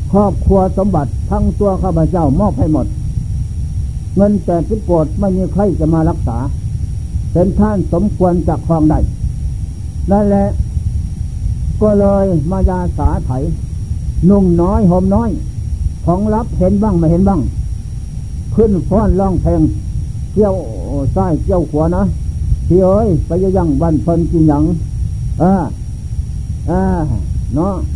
ครอบครัวสมบัติทั้งตัวข้าพเจ้ามอบให้หมดเงิน80 โกฏไม่มีใครจะมารักษาเป็นท่านสมควรจะครองได้นั่นแหละก็เลยมายาสาไถนุ่งน้อยห่มน้อยของลับเห็นบ้างไม่เห็นบ้างขึ้นฟ้อนร้องเพลงเกี่ยวซ้ายเกี่ยวขวานะพี่เอ้ยไปยังบ้านเพิ่นกินหยังเนาะ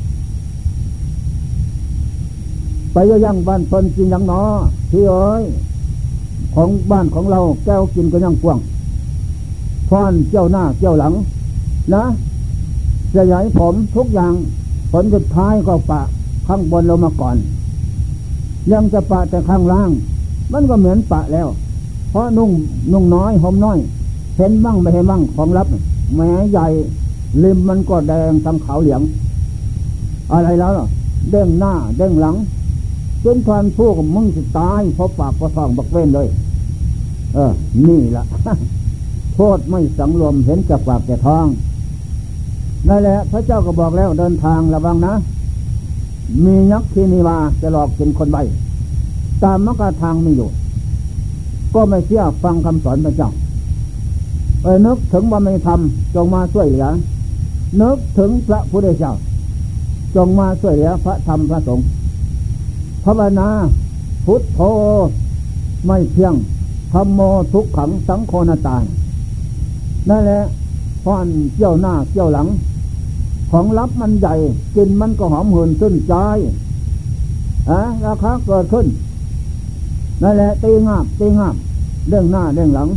ไปยังบ้านเพิ่นกินหยังเนาะพี่เอ้ยของบ้านของเราแก้วกินก็ยังกว้างฟ้อนเกี่ยวหน้าเกี่ยวหลังนะจะใหญ่ผมทุกอย่างผลสุดท้ายก็ปะข้างบนลงมาก่อนยังจะปะแต่ข้างล่างมันก็เหมือนปะแล้วเพราะนุ่งน้อยห่มน้อยเห็นบ้างไม่เห็นบ้างของลับแม้ใหญ่ริมมันก็แดงทั้งขาวเหลืองอะไรแล้วเด้งหน้าเด้งหลังจนทานพวกมึงจะตายเพราะปากเพราะท้องบักเว้นเลยนี่ละ โทษไม่สังรวมเห็นกับปากแต่ท้องนั่นแหละพระเจ้าก็บอกแล้วเดินทางระวังนะมียักษ์ที่นิวาจะหลอกกินคนใบตามมรรคทางมีอยู่ก็ไม่เชื่อฟังคำสอนพระเจ้านึกถึงว่าไม่ทำจงมาช่วยเหลือนึกถึงพระพุทธเจ้าจงมาช่วยเหลือพระธรรมพระสงฆ์ภาวนาพุทโธไม่เที่ยงธัมโมทุกขังสังโฆนาตานั่นแหละฟ้อนเกี่ยวหน้าเกี่ยวหลังของลับมันใหญ่กินมันก็หอมหืนขึ้นใจราคาเกิดขึ้นนั่นแหละตีงาบเรื่องหน้าเรื่องหลัง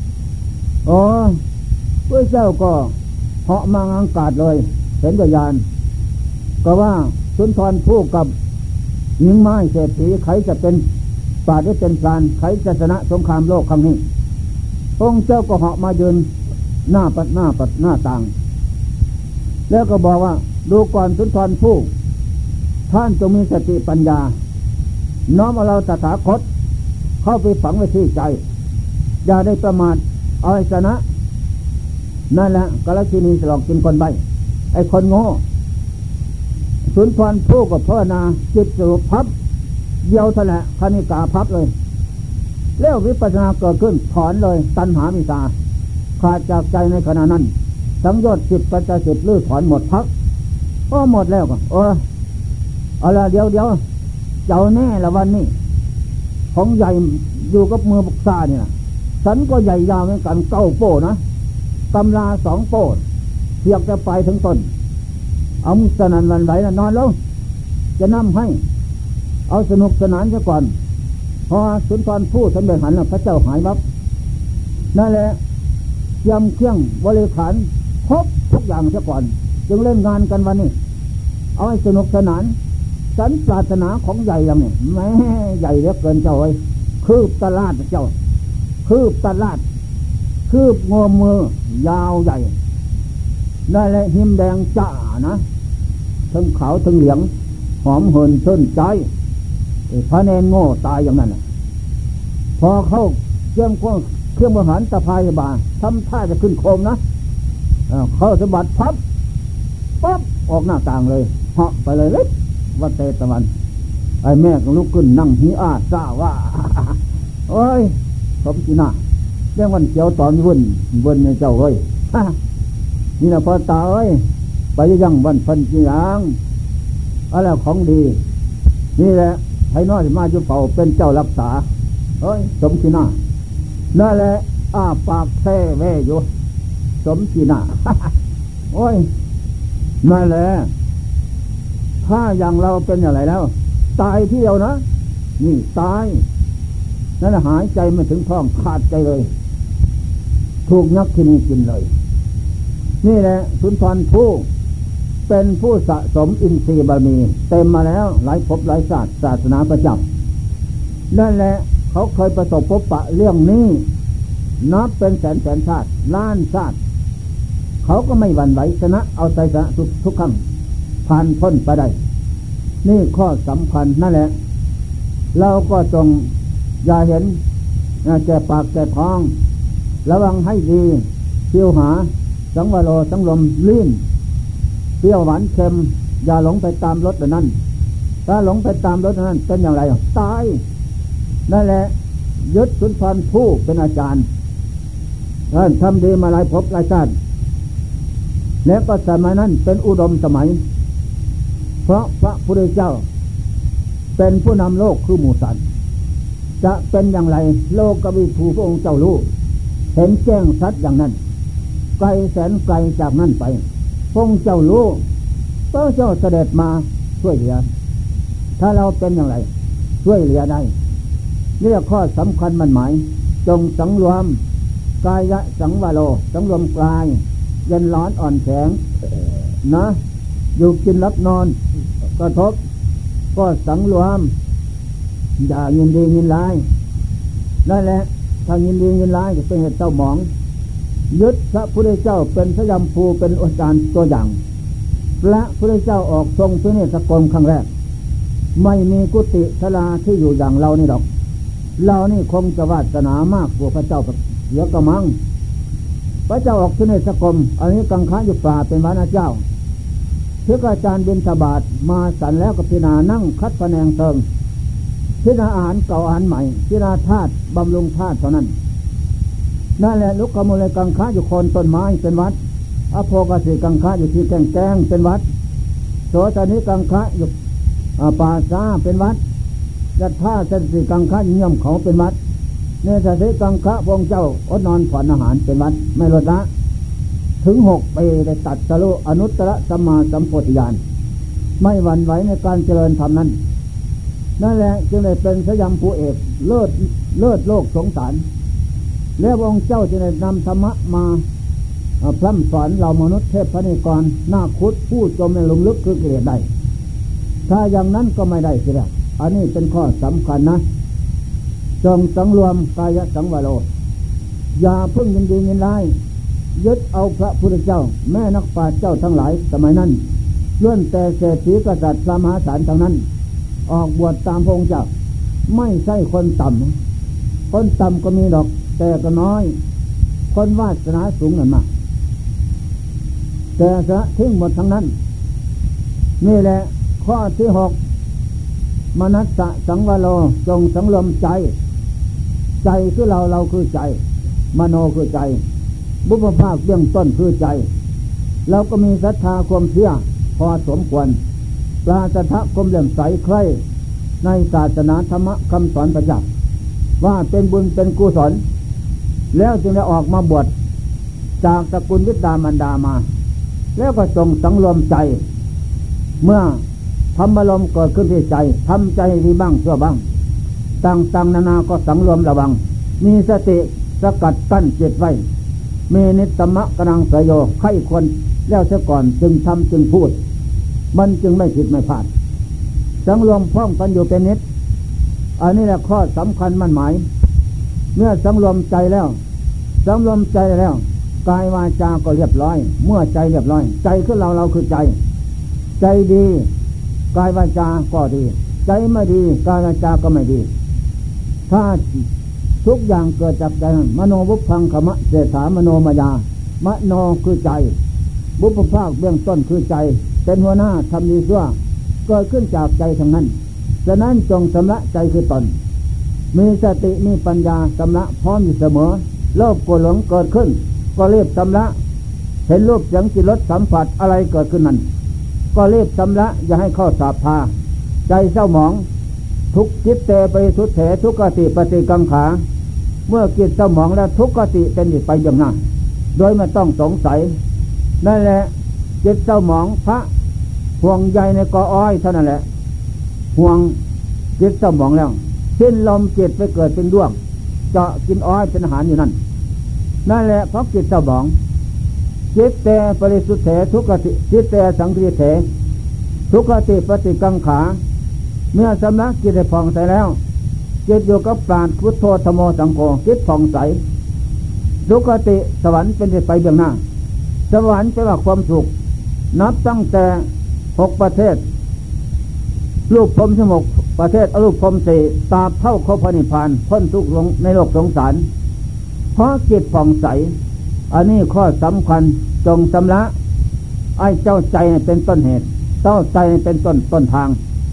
พระเจ้าก็เหาะมาอากาศเลยเห็นกับยานก็ว่าสุนทรภู่กับหญิงไม้เศรษฐีใครจะเป็นปราดได้เป็นพรานใครจะชนะสงครามโลกครั้งนี้องค์เจ้าก็เหาะมายืนหน้าต่างแล้วก็บอกว่าดูก่อนสุนทรภู่ท่านจงมีสติปัญญาน้อมเอาเราตถาคตเข้าไปฝังไว้ที่ใจอย่าได้ประมาทเอาชนะนั่นแหละกาลกินีฉลองกินคนใบไอ้คนโง่สุนทรภู่กับภาวนาจิตสงบพับเดียวเท่านั้นคณิกาพับเลยแล้ววิปัสสนาเกิดขึ้นถอนเลยตัณหามิสาขาดจากใจในขณะนั้นสังโยชน์10 ปัจจัย 10ลื้อถอนหมดพักก็หมดแล้วก็เอาละเดี๋ยวเจ้าแน่ละวันนี้ของใหญ่อยู่กับมือบุกซาเนี่ยฉันก็ใหญ่ยาวเหมือนกัน9 โป้นะตำรา2 โป้เทียบจะไปถึงต้นเอาสนันวันไหวนะนอนลงจะนั่มให้เอาสนุกสนานซะก่อนพอสุนทรภู่สำเร็จหันพระเจ้าหายวับนั่นแหละเตรียมเครื่องบริขารครบทุกอย่างซะก่อนจึงเล่นงานกันวันนี้เอาให้สนุกสนานฉันปรารถนาของใหญ่ยังเนี่ยแม่ใหญ่เหลือเกินเจ้าเอ้ยคืบตลาดเจ้าคืบตลาดคืบงอมือยาวใหญ่นั่นแหละหิมแดงจ้านะทั้งขาวทั้งเหลืองหอมเหินชื่นใจพระเนรโง่ตายอย่างนั้นพอเข้าเครื่องบริหารตะพายบาทำท่าจะขึ้นโคมนะเข้าสะบัดพับปั๊บออกหน้าต่างเลยเหาะไปเลยเล็กวัดเตตะวันไอ้แม่ก็ลุกขึ้นนั่งฮีอาซ่าว่าโอ้ยสมจีน่าเรื่องวันเขียวตอนวุ่นในเจ้าเอ้ยนี่นะพ่อตาเอ้ยไปยังวันพันจีหางอะไรของดีนี่แหละให้น้อยมาจุเป่าเป็นเจ้ารักษาเอ้ยสมจีน่านั่นแหละปากแท้แว่อยู่สมจีน่าโอ้ยนั่นแหละถ้าอย่างเราเป็นอย่างไรแล้วตายที่เดียวนะนี่ตายนั่นหายใจไม่ถึงท้องขาดใจเลยถูกนักที่นี่กินเลยนี่แหละสุนทรภู่เป็นผู้สะสมอินทรีย์บารมีเต็มมาแล้วหลายภพหลายชาติศาสนาประจำนั่นแหละเขาเคยประสบพบปะเรื่องนี้นับเป็นแสนชาติล้านชาติเขาก็ไม่หวั่นไหวชนะเอาใจชนะทุกครั้งผ่านพ้นไปได้นี่ข้อสำคัญนั่นแหละเราก็จงอย่าเห็นแก่ปากแก่ท้องระวังให้ดีเที่ยวหาสังวโรสังลมลื่นเปรี้ยวหวานเค็มอย่าหลงไปตามรสนั้นถ้าหลงไปตามรถนั้นเป็นอย่างไรตายนั่นแหละยึดสุนทรภู่เป็นอาจารย์ท่านทำดีมาหลายภพหลายชาติแล้วก็สมัยนั้นเป็นอุดมสมัยเพราะพระพุทธเจ้าเป็นผู้นำโลกคือหมู่สัตว์จะเป็นอย่างไรโลกกวิถูพระองค์เจ้ารู้เห็นแจ้งชัดอย่างนั้นไกลแสนไกลจากนั้นไปพระองค์เจ้ารู้พระเจ้าเสด็จมาช่วยเหลือถ้าเราเป็นอย่างไรช่วยเหลือได้นี่ข้อสำคัญมันหมายจงสังรวมกายะสังวโรสังรวมกายเย็นร้อนอ่อนแข็งนะอยู่กินรับนอนกระทบก็สังรวมอย่ายินดียินร้ายนั่นแหละถ้ายินดียินร้ายจะเป็นเหตุเจ้าหมองยึดพระพุทธเจ้าเป็นพระยมภูเป็นอาจารย์ตัวอย่างพระพุทธเจ้าออกทรงพระเนตรกรมครั้งแรกไม่มีกุฏิศาลาที่อยู่อย่างเรานี่หรอกเรานี่คงจะวาสนามากกว่าพระเจ้าเหลือกระมังพระเจ้าออกพระเนตรกรมอันนี้กังขาอยู่ป่าเป็นวานาเจ้าเพื่ออาจารย์บิณฑบาตมาสันแล้วก็พิจารณานั่งคัดพะแนงเติมพิจารณาอาหารเก่าอาหารใหม่พิจารณาธาตุบำรุงธาตุเท่านั้นนั่นแหละลุกขมูลกังขาอยู่โคนต้นไม้เป็นวัดอโภกสิกังขาอยู่ที่แก้งเป็นวัดโสตนิกังขาอยู่ป่าช้าเป็นวัดยัตถาสันติกังขาเยี่ยมเขาเป็นวัดเนสสิกังขาพระเจ้าอดนอนผ่อนอาหารเป็นวัดไม่ลดละถึง6 ปีได้ตัดสรุอนุตตรสัมมาสัมโพธิญาณไม่หวั่นไหวในการเจริญธรรมนั้นนั่นแหละจึงได้เป็นสยามภูเอกเลิศโลกสงสารและพระองค์เจ้าจึงได้นำธรรมะมาพร่ำสอนเรามนุษย์เทพพระนิกรนาคุดผู้จมในหลุมลึกคือกิเลสได้ถ้าอย่างนั้นก็ไม่ได้สิแล้วอันนี้เป็นข้อสำคัญนะจงสังรวมกายสังวโรอย่าพึ่งยินดียินร้ายยึดเอาพระพุทธเจ้าแม่นักปราชญ์เจ้าทั้งหลายสมัยนั้นล้วนแต่เศรษฐีกษัตริย์พระมหาศาลทั้งนั้นออกบวชตามพระองค์เจ้าไม่ใช่คนต่ำคนต่ำก็มีดอกแต่ก็น้อยคนวาสนาสูงนั่นมากแต่จะทิ้งหมดทั้งนั้นนี่แหละข้อที่6มนัสสะสังวโรจงสังรวมใจคือเราคือใจมโนคือใจบุพภาคเบื้องต้นคือใจเราก็มีศรัทธาความเชื่อพอสมควรปราศจากความเลื่อมใสใคร่ในศาสนาธรรมคำสอนพระเจ้าว่าเป็นบุญเป็นกุศลแล้วจึงได้ออกมาบวชจากตระกูลวิดามันดามาแล้วก็ทรงสังรวมใจเมื่อธรรมอารมณ์เกิดขึ้นที่ใจทำใจดีบ้างชั่วบ้างต่างๆนานาก็สังรวมระวังมีสติสกัดกั้นจิตไว้มีนิตตมะกนังสยโยไข้ควรแล้วเสียก่อนจึงทำจึงพูดมันจึงไม่ผิดไม่พลาดสังรวมพร้อมกันอยู่เป็นนิดอันนี้แหละข้อสำคัญมั่นหมายเมื่อสังรวมใจแล้วกายวาจาก็เรียบร้อยเมื่อใจเรียบร้อยใจคือเราคือใจดีกายวาจาก็ดีใจไม่ดีกายวาจาก็ไม่ดีถ้าทุกอย่างเกิดจากใจมโนบุพพังขมะเสถามโนมายามโนคือใจบุพภาคเบื้องต้นคือใจเป็นหัวหน้าทำดีชั่วเกิดขึ้นจากใจทั้งนั้นฉะนั้นจงชำระใจคือตนมีสติมีปัญญาชำระพร้อมอยู่เสมอโลภโกรธหลงเกิดขึ้นก็รีบชำระเห็นรูปเสียงกลิ่นรสสัมผัสอะไรเกิดขึ้นนั้นก็รีบชำระอย่าให้เข้าสาพาใจเศร้าหมองทุกจิตเตไปทุเถทุกขติปฏิกังขาเมื่อจิตเศร้าหมองแล้วทุกขติเป็นไปอย่างนั้นโดยไม่ต้องสงสัยนั่นแหละจิตเศร้าหมองพระห่วงใยในกออ้อยเท่านั้นแหละห่วงจิตเศร้าหมองแล้วสิ้นลมจิตไปเกิดเป็นด้วงเจาะกินอ้อยเป็นอาหารอยู่นั่นนั่นแหละเพราะจิตเศร้าหมองจิตเตปริสุทธิเถทุกขติจิตเตสังคริเถทุกขติปฏิกังขาเมื่อสำนักจิตได้ผ่องใสแล้วจิตอยู่กับปราณพุทโธธโมสังโฆจิตผ่องใสทุกขติสวรรค์เป็นไปเบื้องหน้าสวรรค์เป็นว่าความสุขนับตั้งแต่6 ประเทศรูปพรหม16 ประเทศอรูปพรหม4ตราบเท่าเข้าพระนิพพานพ้นทุกข์ลงในโลกสงสารเพราะจิตผ่องใสอันนี้ข้อสำคัญจงชำระไอ้เจ้าใจเป็นต้นเหตุเจ้าใจเป็นต้นทาง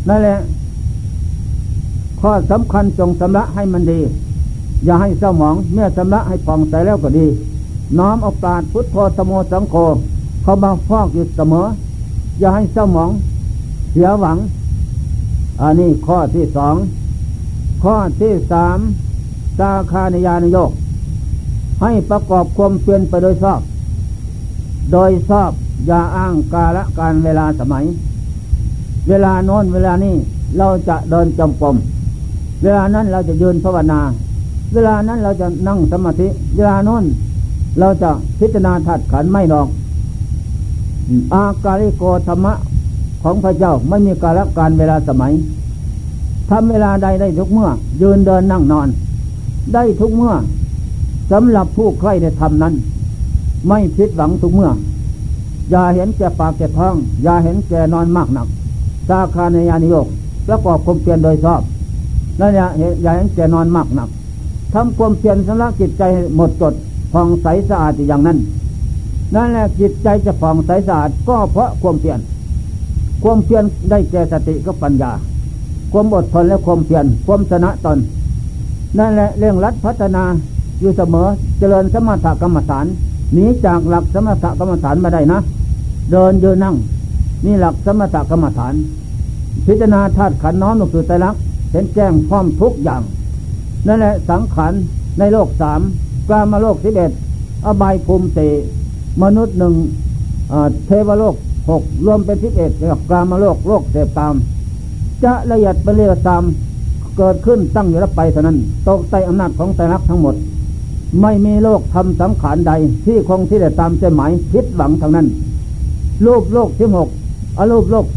นั่นแหละข้อสำคัญจงชำระให้มันดีอย่าให้เศร้าหมองเมื่อชำระให้ผ่องใสแล้วก็ดีน้อมเอาปราชญ์พุทโธธัมโมสังโฆเข้ามาฟอกอยู่เสมออย่าให้เศร้าหมองเสียหวังอันนี้ข้อที่สองข้อที่สามสาคานิยานโยกให้ประกอบความเพียรไปโดยชอบอย่าอ้างกาลการเวลาสมัยเวลาโน้นเวลานี้เราจะเดินจงกรมเวลานั้นเราจะยืนภาวนาเวลานั้นเราจะนั่งสมาธิเวลาโน้นเราจะพิจารณาธาตุขันธ์ไม่หรอกอากาลิโกธรรมะของพระเจ้าไม่มีกาลการเวลาสมัยทำเวลาใดได้ทุกเมื่อยืนเดินนั่งนอนได้ทุกเมื่อสำหรับผู้ใคร่ในธรรมนั้นไม่ผิดหวังทุกเมื่ออย่าเห็นแก่ปากแก่ท้องอย่าเห็นแก่นอนมากหนักสาคาในญาณโยกประกอบความเพียรโดยชอบนั่นอย่าเห็นแก่นอนมากหนักทำความเพียรสำลักจิตใจหมดจดผ่องใสสะอาดอย่างนั้นนั่นแหละจิตใจจะผ่องใสสะอาดก็เพราะความเพียรได้แก่สติกับปัญญาความอดทนและความเพียรความชนะตนนั่นแหละเรื่องรัดพัฒนาอยู่เสมอเจริญสมถกรรมฐานหนีจากหลักสมถกรรมฐานไม่ได้นะเดินยืนนั่งนี่หลักสมถกรรมฐานพิจารณาธาตุขันธ์น้อมลงสู่ไตรลักษณ์เห็นแจ้งพร้อมทุกอย่างนั่นแหละสังขารในโลกสามกามโลก11อบายภูมิ4มนุษย์1เทวโลก6รวมเป็น11เรียกกามโลกเสพกามจะละเอียดไปเรื่อยตามเกิดขึ้นตั้งอยู่แล้วไปเท่านั้นตกใต้อำนาจของไตรลักษณ์ทั้งหมดไม่มีโลกทำสังขารใดที่คงที่ได้ตามใจหมายผิดหวังทั้งนั้นรูปโลก16อรูปโลก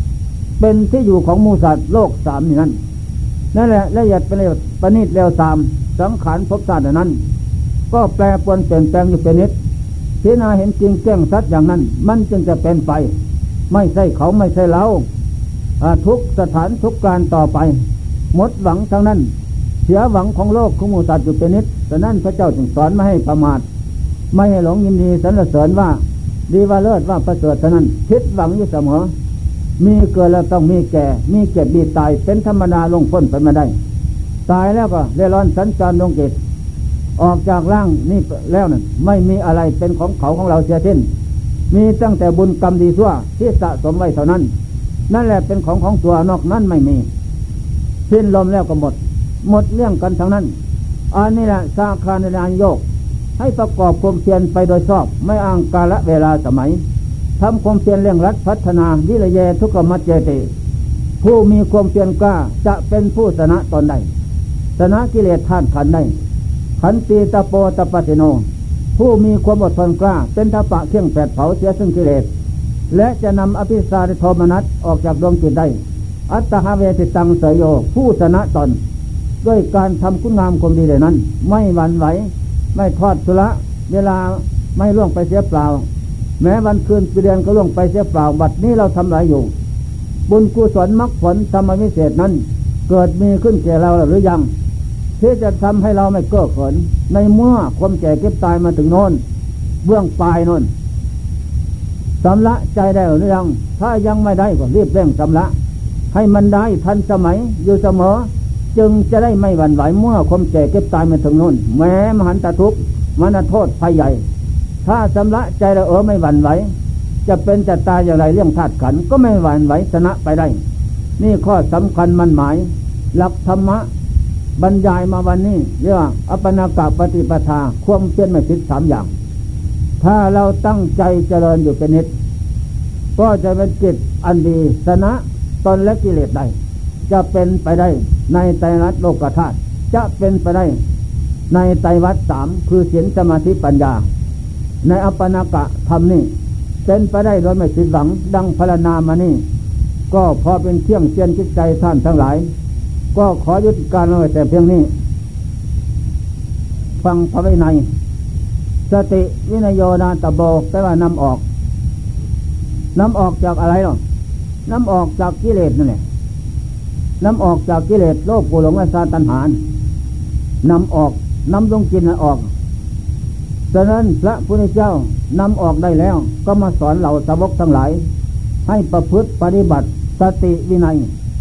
4เป็นที่อยู่ของหมู่สัตว์โลก3นี่นั่นแหละละเอียดไปเรื่อยประณีตแล้วตามสังขารภพชาตินั้นก็แปรปรวนเปลี่ยนแปลงอยู่เป็นนิดพิจารณาเห็นจริงแจ้งชัดอย่างนั้นมันจึงจะเป็นไปไม่ใช่เขาไม่ใช่เราทุกสถานทุกการต่อไปหมดหวังทั้งนั้นเสียหวังของโลกของหมู่สัตว์อยู่เป็นนิดฉะนั้นพระเจ้าจึงสอนไม่ให้ประมาทไม่ให้หลงยินดีสรรเสริญว่าดีว่าเลิศว่าประเสริฐฉะนั้นคิดหวังอยู่เสมอมีเกิดแล้วต้องมีแก่มีเจ็บมีตายเป็นธรรมดาลงพ้นไปไม่ได้ตายแล้วก็เร่ร่อนสัญจรลงเกศออกจากร่างนี่แล้วนั่นไม่มีอะไรเป็นของเขาของเราเสียสิ้นมีตั้งแต่บุญกรรมดีชั่วที่สะสมไว้เท่านั้นนั่นแหละเป็นของตัวนอกนั้นไม่มีสิ้นลมแล้วก็หมดเรื่องกันทั้งนั้นอันนี้แหละสาคานิยานโยกให้ประกอบความเพียรไปโดยชอบไม่อ้างกาลเวลาสมัยทำความเพียรเร่งรัดพัฒนาวิริยะทุกขมัจเจติผู้มีความเพียรกล้าจะเป็นผู้ชนะตนได้ชนะกิเลสธาตุขันธ์ได้ขันติตโปตปฏิโนผู้มีความอดทนกล้าเป็นทัพปะเขี่ยงแผดเผาเสียซึ่งกิเลสและจะนำอภิสารโทมนัสออกจากดวงจิตได้อัตตหเวทิตังเสยโยผู้ชนะตนด้วยการทำคุณงามความดีเหล่านั้นไม่หวั่นไหวไม่ทอดทุระเวลาไม่ล่วงไปเสียเปล่าแม้วันคืนปีเดือนก็ล่วงไปเสียเปล่าบัดนี้เราทำไรอยู่บุญกุศลมรรคผลธรรมวิเศษนั้นเกิดมีขึ้นแก่เราหรือยังที่จะทำให้เราไม่เก้อเขินในเมื่อความแก่เก็บตายมาถึงโน้นเบื้องปลายโน้นสำละใจได้หรือยังถ้ายังไม่ได้ก็รีบเร่งสำละให้มันได้ทันสมัยอยู่เสมอจึงจะได้ไม่หวั่นไหวเมื่อความแก่เก็บตายมาถึงโน้นแม้มหันตทุกข์มรณโทษภัยใหญ่ถ้าสำละใจเราไม่หวั่นไหวจะเป็นจะตายอย่างไรเรื่องธาตุขันธ์ก็ไม่หวั่นไหวชนะไปได้นี่ข้อสำคัญมันหมายหลักธรรมะบรรยายมาวันนี้เรียกว่าอัปปนากะปฏิปทาความเพียรไม่ผิด3อย่างถ้าเราตั้งใจเจริญอยู่เป็นนิดก็จะเป็นจิตอันดีชนะตนและกิเลสได้จะเป็นไปได้ในไตรลักษณ์โลกธาตุจะเป็นไปได้ในไตรวัฏ3คือศีลสมาธิปัญญาในอัปปนากะธรรมนี่เป็นไปได้โดยไม่ผิดหวังดังพรรณนามานี่ก็พอเป็นเครื่องเตือนจิตใจท่านทั้งหลายก็ขอยุติการไว้แต่เพียงนี้ฟังพระวินัยสติวินัยโยนาตโบแปลว่านำออกจากอะไรหรอนำออกจากกิเลสนั่นแหละนำออกจากกิเลสโลภโกรธหลงและสาตัณหานำออกนำดวงจิตออกฉะนั้นพระพุทธเจ้านำออกได้แล้วก็มาสอนเหล่าสาวกทั้งหลายให้ประพฤติปฏิบัติสติวินัย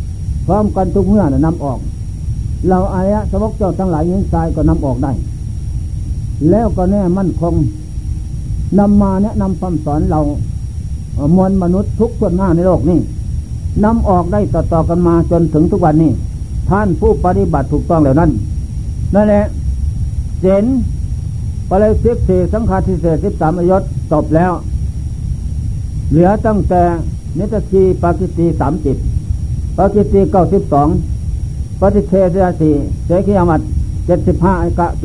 พร้อมกันทุกเมื่อนำออกเราอริยสาวกเจ้าทั้งหลายหญิงชายก็นำออกได้แล้วก็แน่มั่นคงนำมาแนะนำคำสอนเรามวลมนุษย์ทุกคนหน้าในโลกนี้นำออกได้ต่อๆกันมาจนถึงทุกวันนี้ท่านผู้ปฏิบัติถูกต้องแล้วนั้นนั่นแหละเจนปริสิกสี่สังฆาทิเศษ13 อายศจบแล้วเหลือตั้งแต่นิตคีปากิตี30ปากิตี92ปฏิเทศสี่เสขียมัต75อิกะ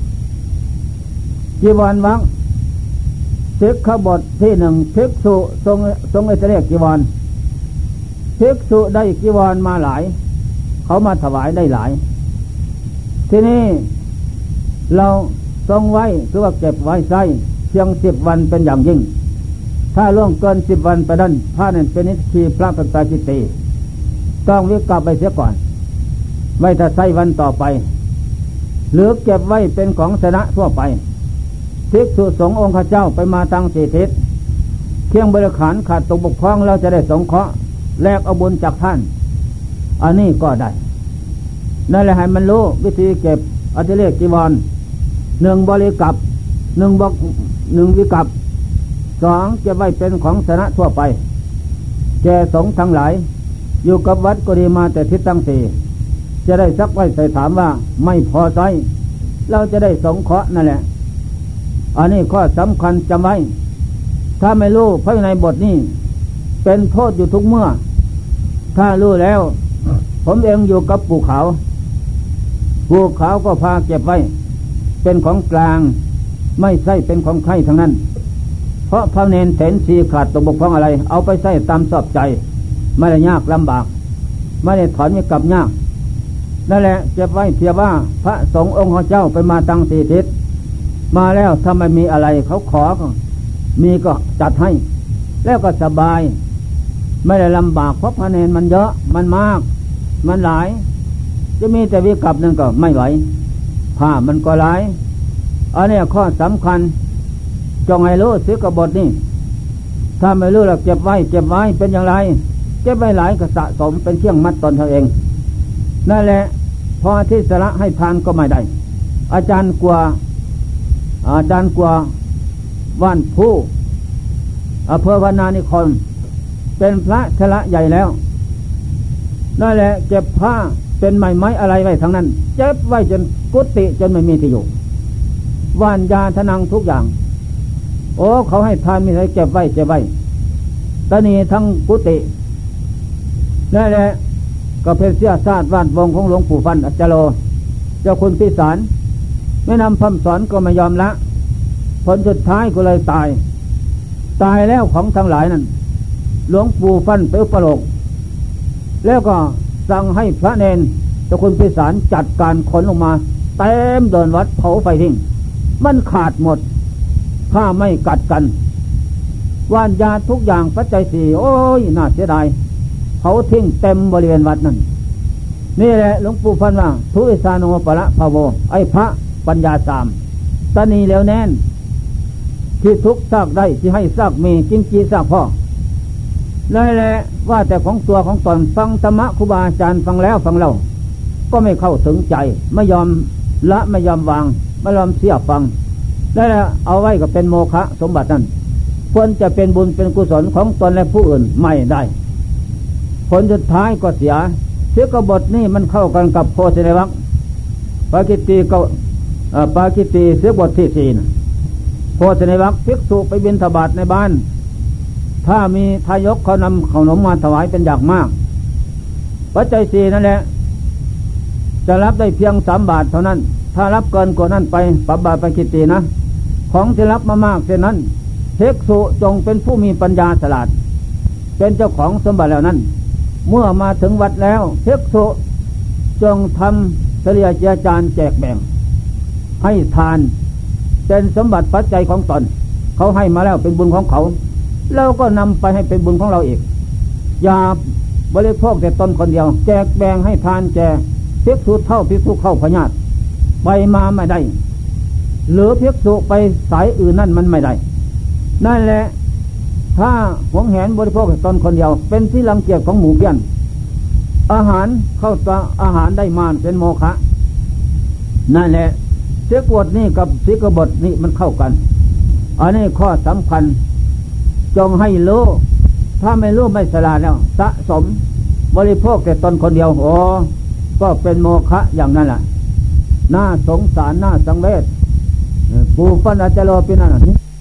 7จีวรวังภิกขบทที่1ภิกษุทรงอิสระจีวรภิกษุได้จีวรมาหลายเขามาถวายได้หลายที่นี่เราทรงไว้คือว่าเก็บไว้ใช้เพียง10 วันเป็นอย่างยิ่งถ้าล่วงเกิน10 วันไปนั้นพระนั้นเป็นนิสกีพระเป็นปาจิตติต้องวิกลับไปเสียก่อนไม่ถ้าใช้วันต่อไปหรือเก็บไว้เป็นของสนะทั่วไปภิกษุสงฆ์องค์ข้าเจ้าไปมาทาง4 ทิศเที่ยงบริขารขาดตกบกพร่องเราจะได้สงเคราะห์แลกเอาบุญจากท่านอันนี้ก็ได้นั่นแหละให้มันรู้วิธีเก็บอธิเลกจีวร1บริกับ1วิกับ2เก็บไว้เป็นของสนะทั่วไปแก่สงฆ์ทั้งหลายอยู่กับวัดก็ดีมาแต่ทิศทั้ง4จะได้ซักไว้ใส่ถามว่าไม่พอใจเราจะได้สงเคราะห์นั่นแหละอันนี้ข้อสำคัญจำไว้ถ้าไม่รู้พระในบทนี้เป็นโทษอยู่ทุกเมื่อถ้ารู้แล้วผมเองอยู่กับภูเขาก็พาเก็บไว้เป็นของกลางไม่ใช่เป็นของใครทั้งนั้นเพราะพระเนรเถรชีขาดตกบกพร่องอะไรเอาไปใส่ตามชอบใจไม่ได้ยากลำบากไม่ได้ถอนไม่กลับยากนั่นแหละเก็บไว้เพียงว่าพระสงฆ์องค์เจ้าไปมาตั้ง4 ทิศมาแล้วถ้าไม่มีอะไรเขาขอก็มีก็จัดให้แล้วก็สบายไม่ได้ลำบากเพราะพระเนรมันเยอะมันมากมันหลายจะมีแต่วิกัปนั่นก็ไม่ไหวผ้ามันก็หลายอันนี้ข้อสำคัญจงให้รู้สิกบทนี่ถ้าไม่รู้แล้วเก็บไว้เป็นอย่างไรเก็บไว้หลายก็สะสมเป็นเครื่องมัดตนเธอเองนั่นแหละพอที่สละให้ทานก็ไม่ได้อาจารย์กลัวว่านผู้อำเภอวานานิคมเป็นพระชละใหญ่แล้วนั่นแหละเก็บผ้าเป็นไม้อะไรไว้ทั้งนั้นเก็บไว้จนกุฏิจนไม่มีที่อยู่ว่านยาทนังทุกอย่างโอ้เขาให้ทานมีอะไรเก็บไว้ตอนนี้ทั้งกุฏินั่นแหละก็เป็นเสียศาสตร์วาดวงของหลวงปู่ฟันอัจฉโรเจ้าคุณพิสารไม่นำคำสอนก็ไม่ยอมละผลสุดท้ายก็เลยตายแล้วของทั้งหลายนั้นหลวงปู่ฟันไปอุปโลกแล้วก็สั่งให้พระเนรเจ้าคุณพิสารจัดการขนลงมาเต็มเดินวัดเผาไฟทิ้งมันขาดหมดถ้าไม่กัดกันว่านยาทุกอย่างปัจจัย4โอ้ยน่าเสียดายเผาทิ้งเต็มบริเวณวัดนั่นนี่แหละหลวงปู่ฟันว่าทุวิสาโนปะละภาโวไอพระปัญญา3ตนีแล้วแน่นที่ทุกซากได้ที่ให้ซากมีกินจีซากพ่อนั่นแหละว่าแต่ของตัวของตนฟังธรรมะครูบาอาจารย์ฟังแล้วฟังเล่าก็ไม่เข้าถึงใจไม่ยอมละไม่ยอมวางไม่ยอมเสียฟังนั่นแหละเอาไว้ก็เป็นโมฆะสมบัตินั่นควรจะเป็นบุญเป็นกุศลของตนและผู้อื่นไม่ได้ผลสุดท้ายก็เสียกบทนี่มันเข้ากันกับโพธิในวรรคปากิตีเสียบทที่4นะโพธิในวรรคภิกษุไปบิณฑบาตในบ้านถ้ามีทายกเขานำขนมมาถวายเป็นอย่างมากปัจจัย4นั่นแหละจะรับได้เพียง3 บาทเท่านั้นถ้ารับเกินกว่านั้นไปปรับบาปปากิตีนะของที่รับมามากเช่นนั้นภิกษุจงเป็นผู้มีปัญญาฉลาดเป็นเจ้าของสมบัติแล้วนั้นเมื่อมาถึงวัดแล้วภิกษุจงทำเสลียเจียจานแจกแบ่งให้ทานเป็นสมบัติปัจจัยของตนเขาให้มาแล้วเป็นบุญของเขาเราก็นำไปให้เป็นบุญของเราอีกอย่าบริโภคแต่ตนคนเดียวแจกแบ่งให้ทานแจกภิกษุเท่าภิกษุเข้าพญาติไปมาไม่ได้หรือภิกษุไปสายอื่นนั่นมันไม่ได้นั่นแหละถ้าหวงแหนบริโภคแต่ตนคนเดียวเป็นที่รังเกียจของหมู่เพี้ยนอาหารเข้าตาอาหารได้มานเป็นโมฆะนั่นแหละเสียกวดนี่กับสิกบฏนี่มันเข้ากันอันนี้ข้อสำคัญจงให้รู้ถ้าไม่รู้ไม่ฉลาดแล้วสะสมบริโภคแต่ตนคนเดียวโอ้ก็เป็นโมฆะอย่างนั้นแหละน่าสงสารน่าสังเวชปูปัญจโลปินั่น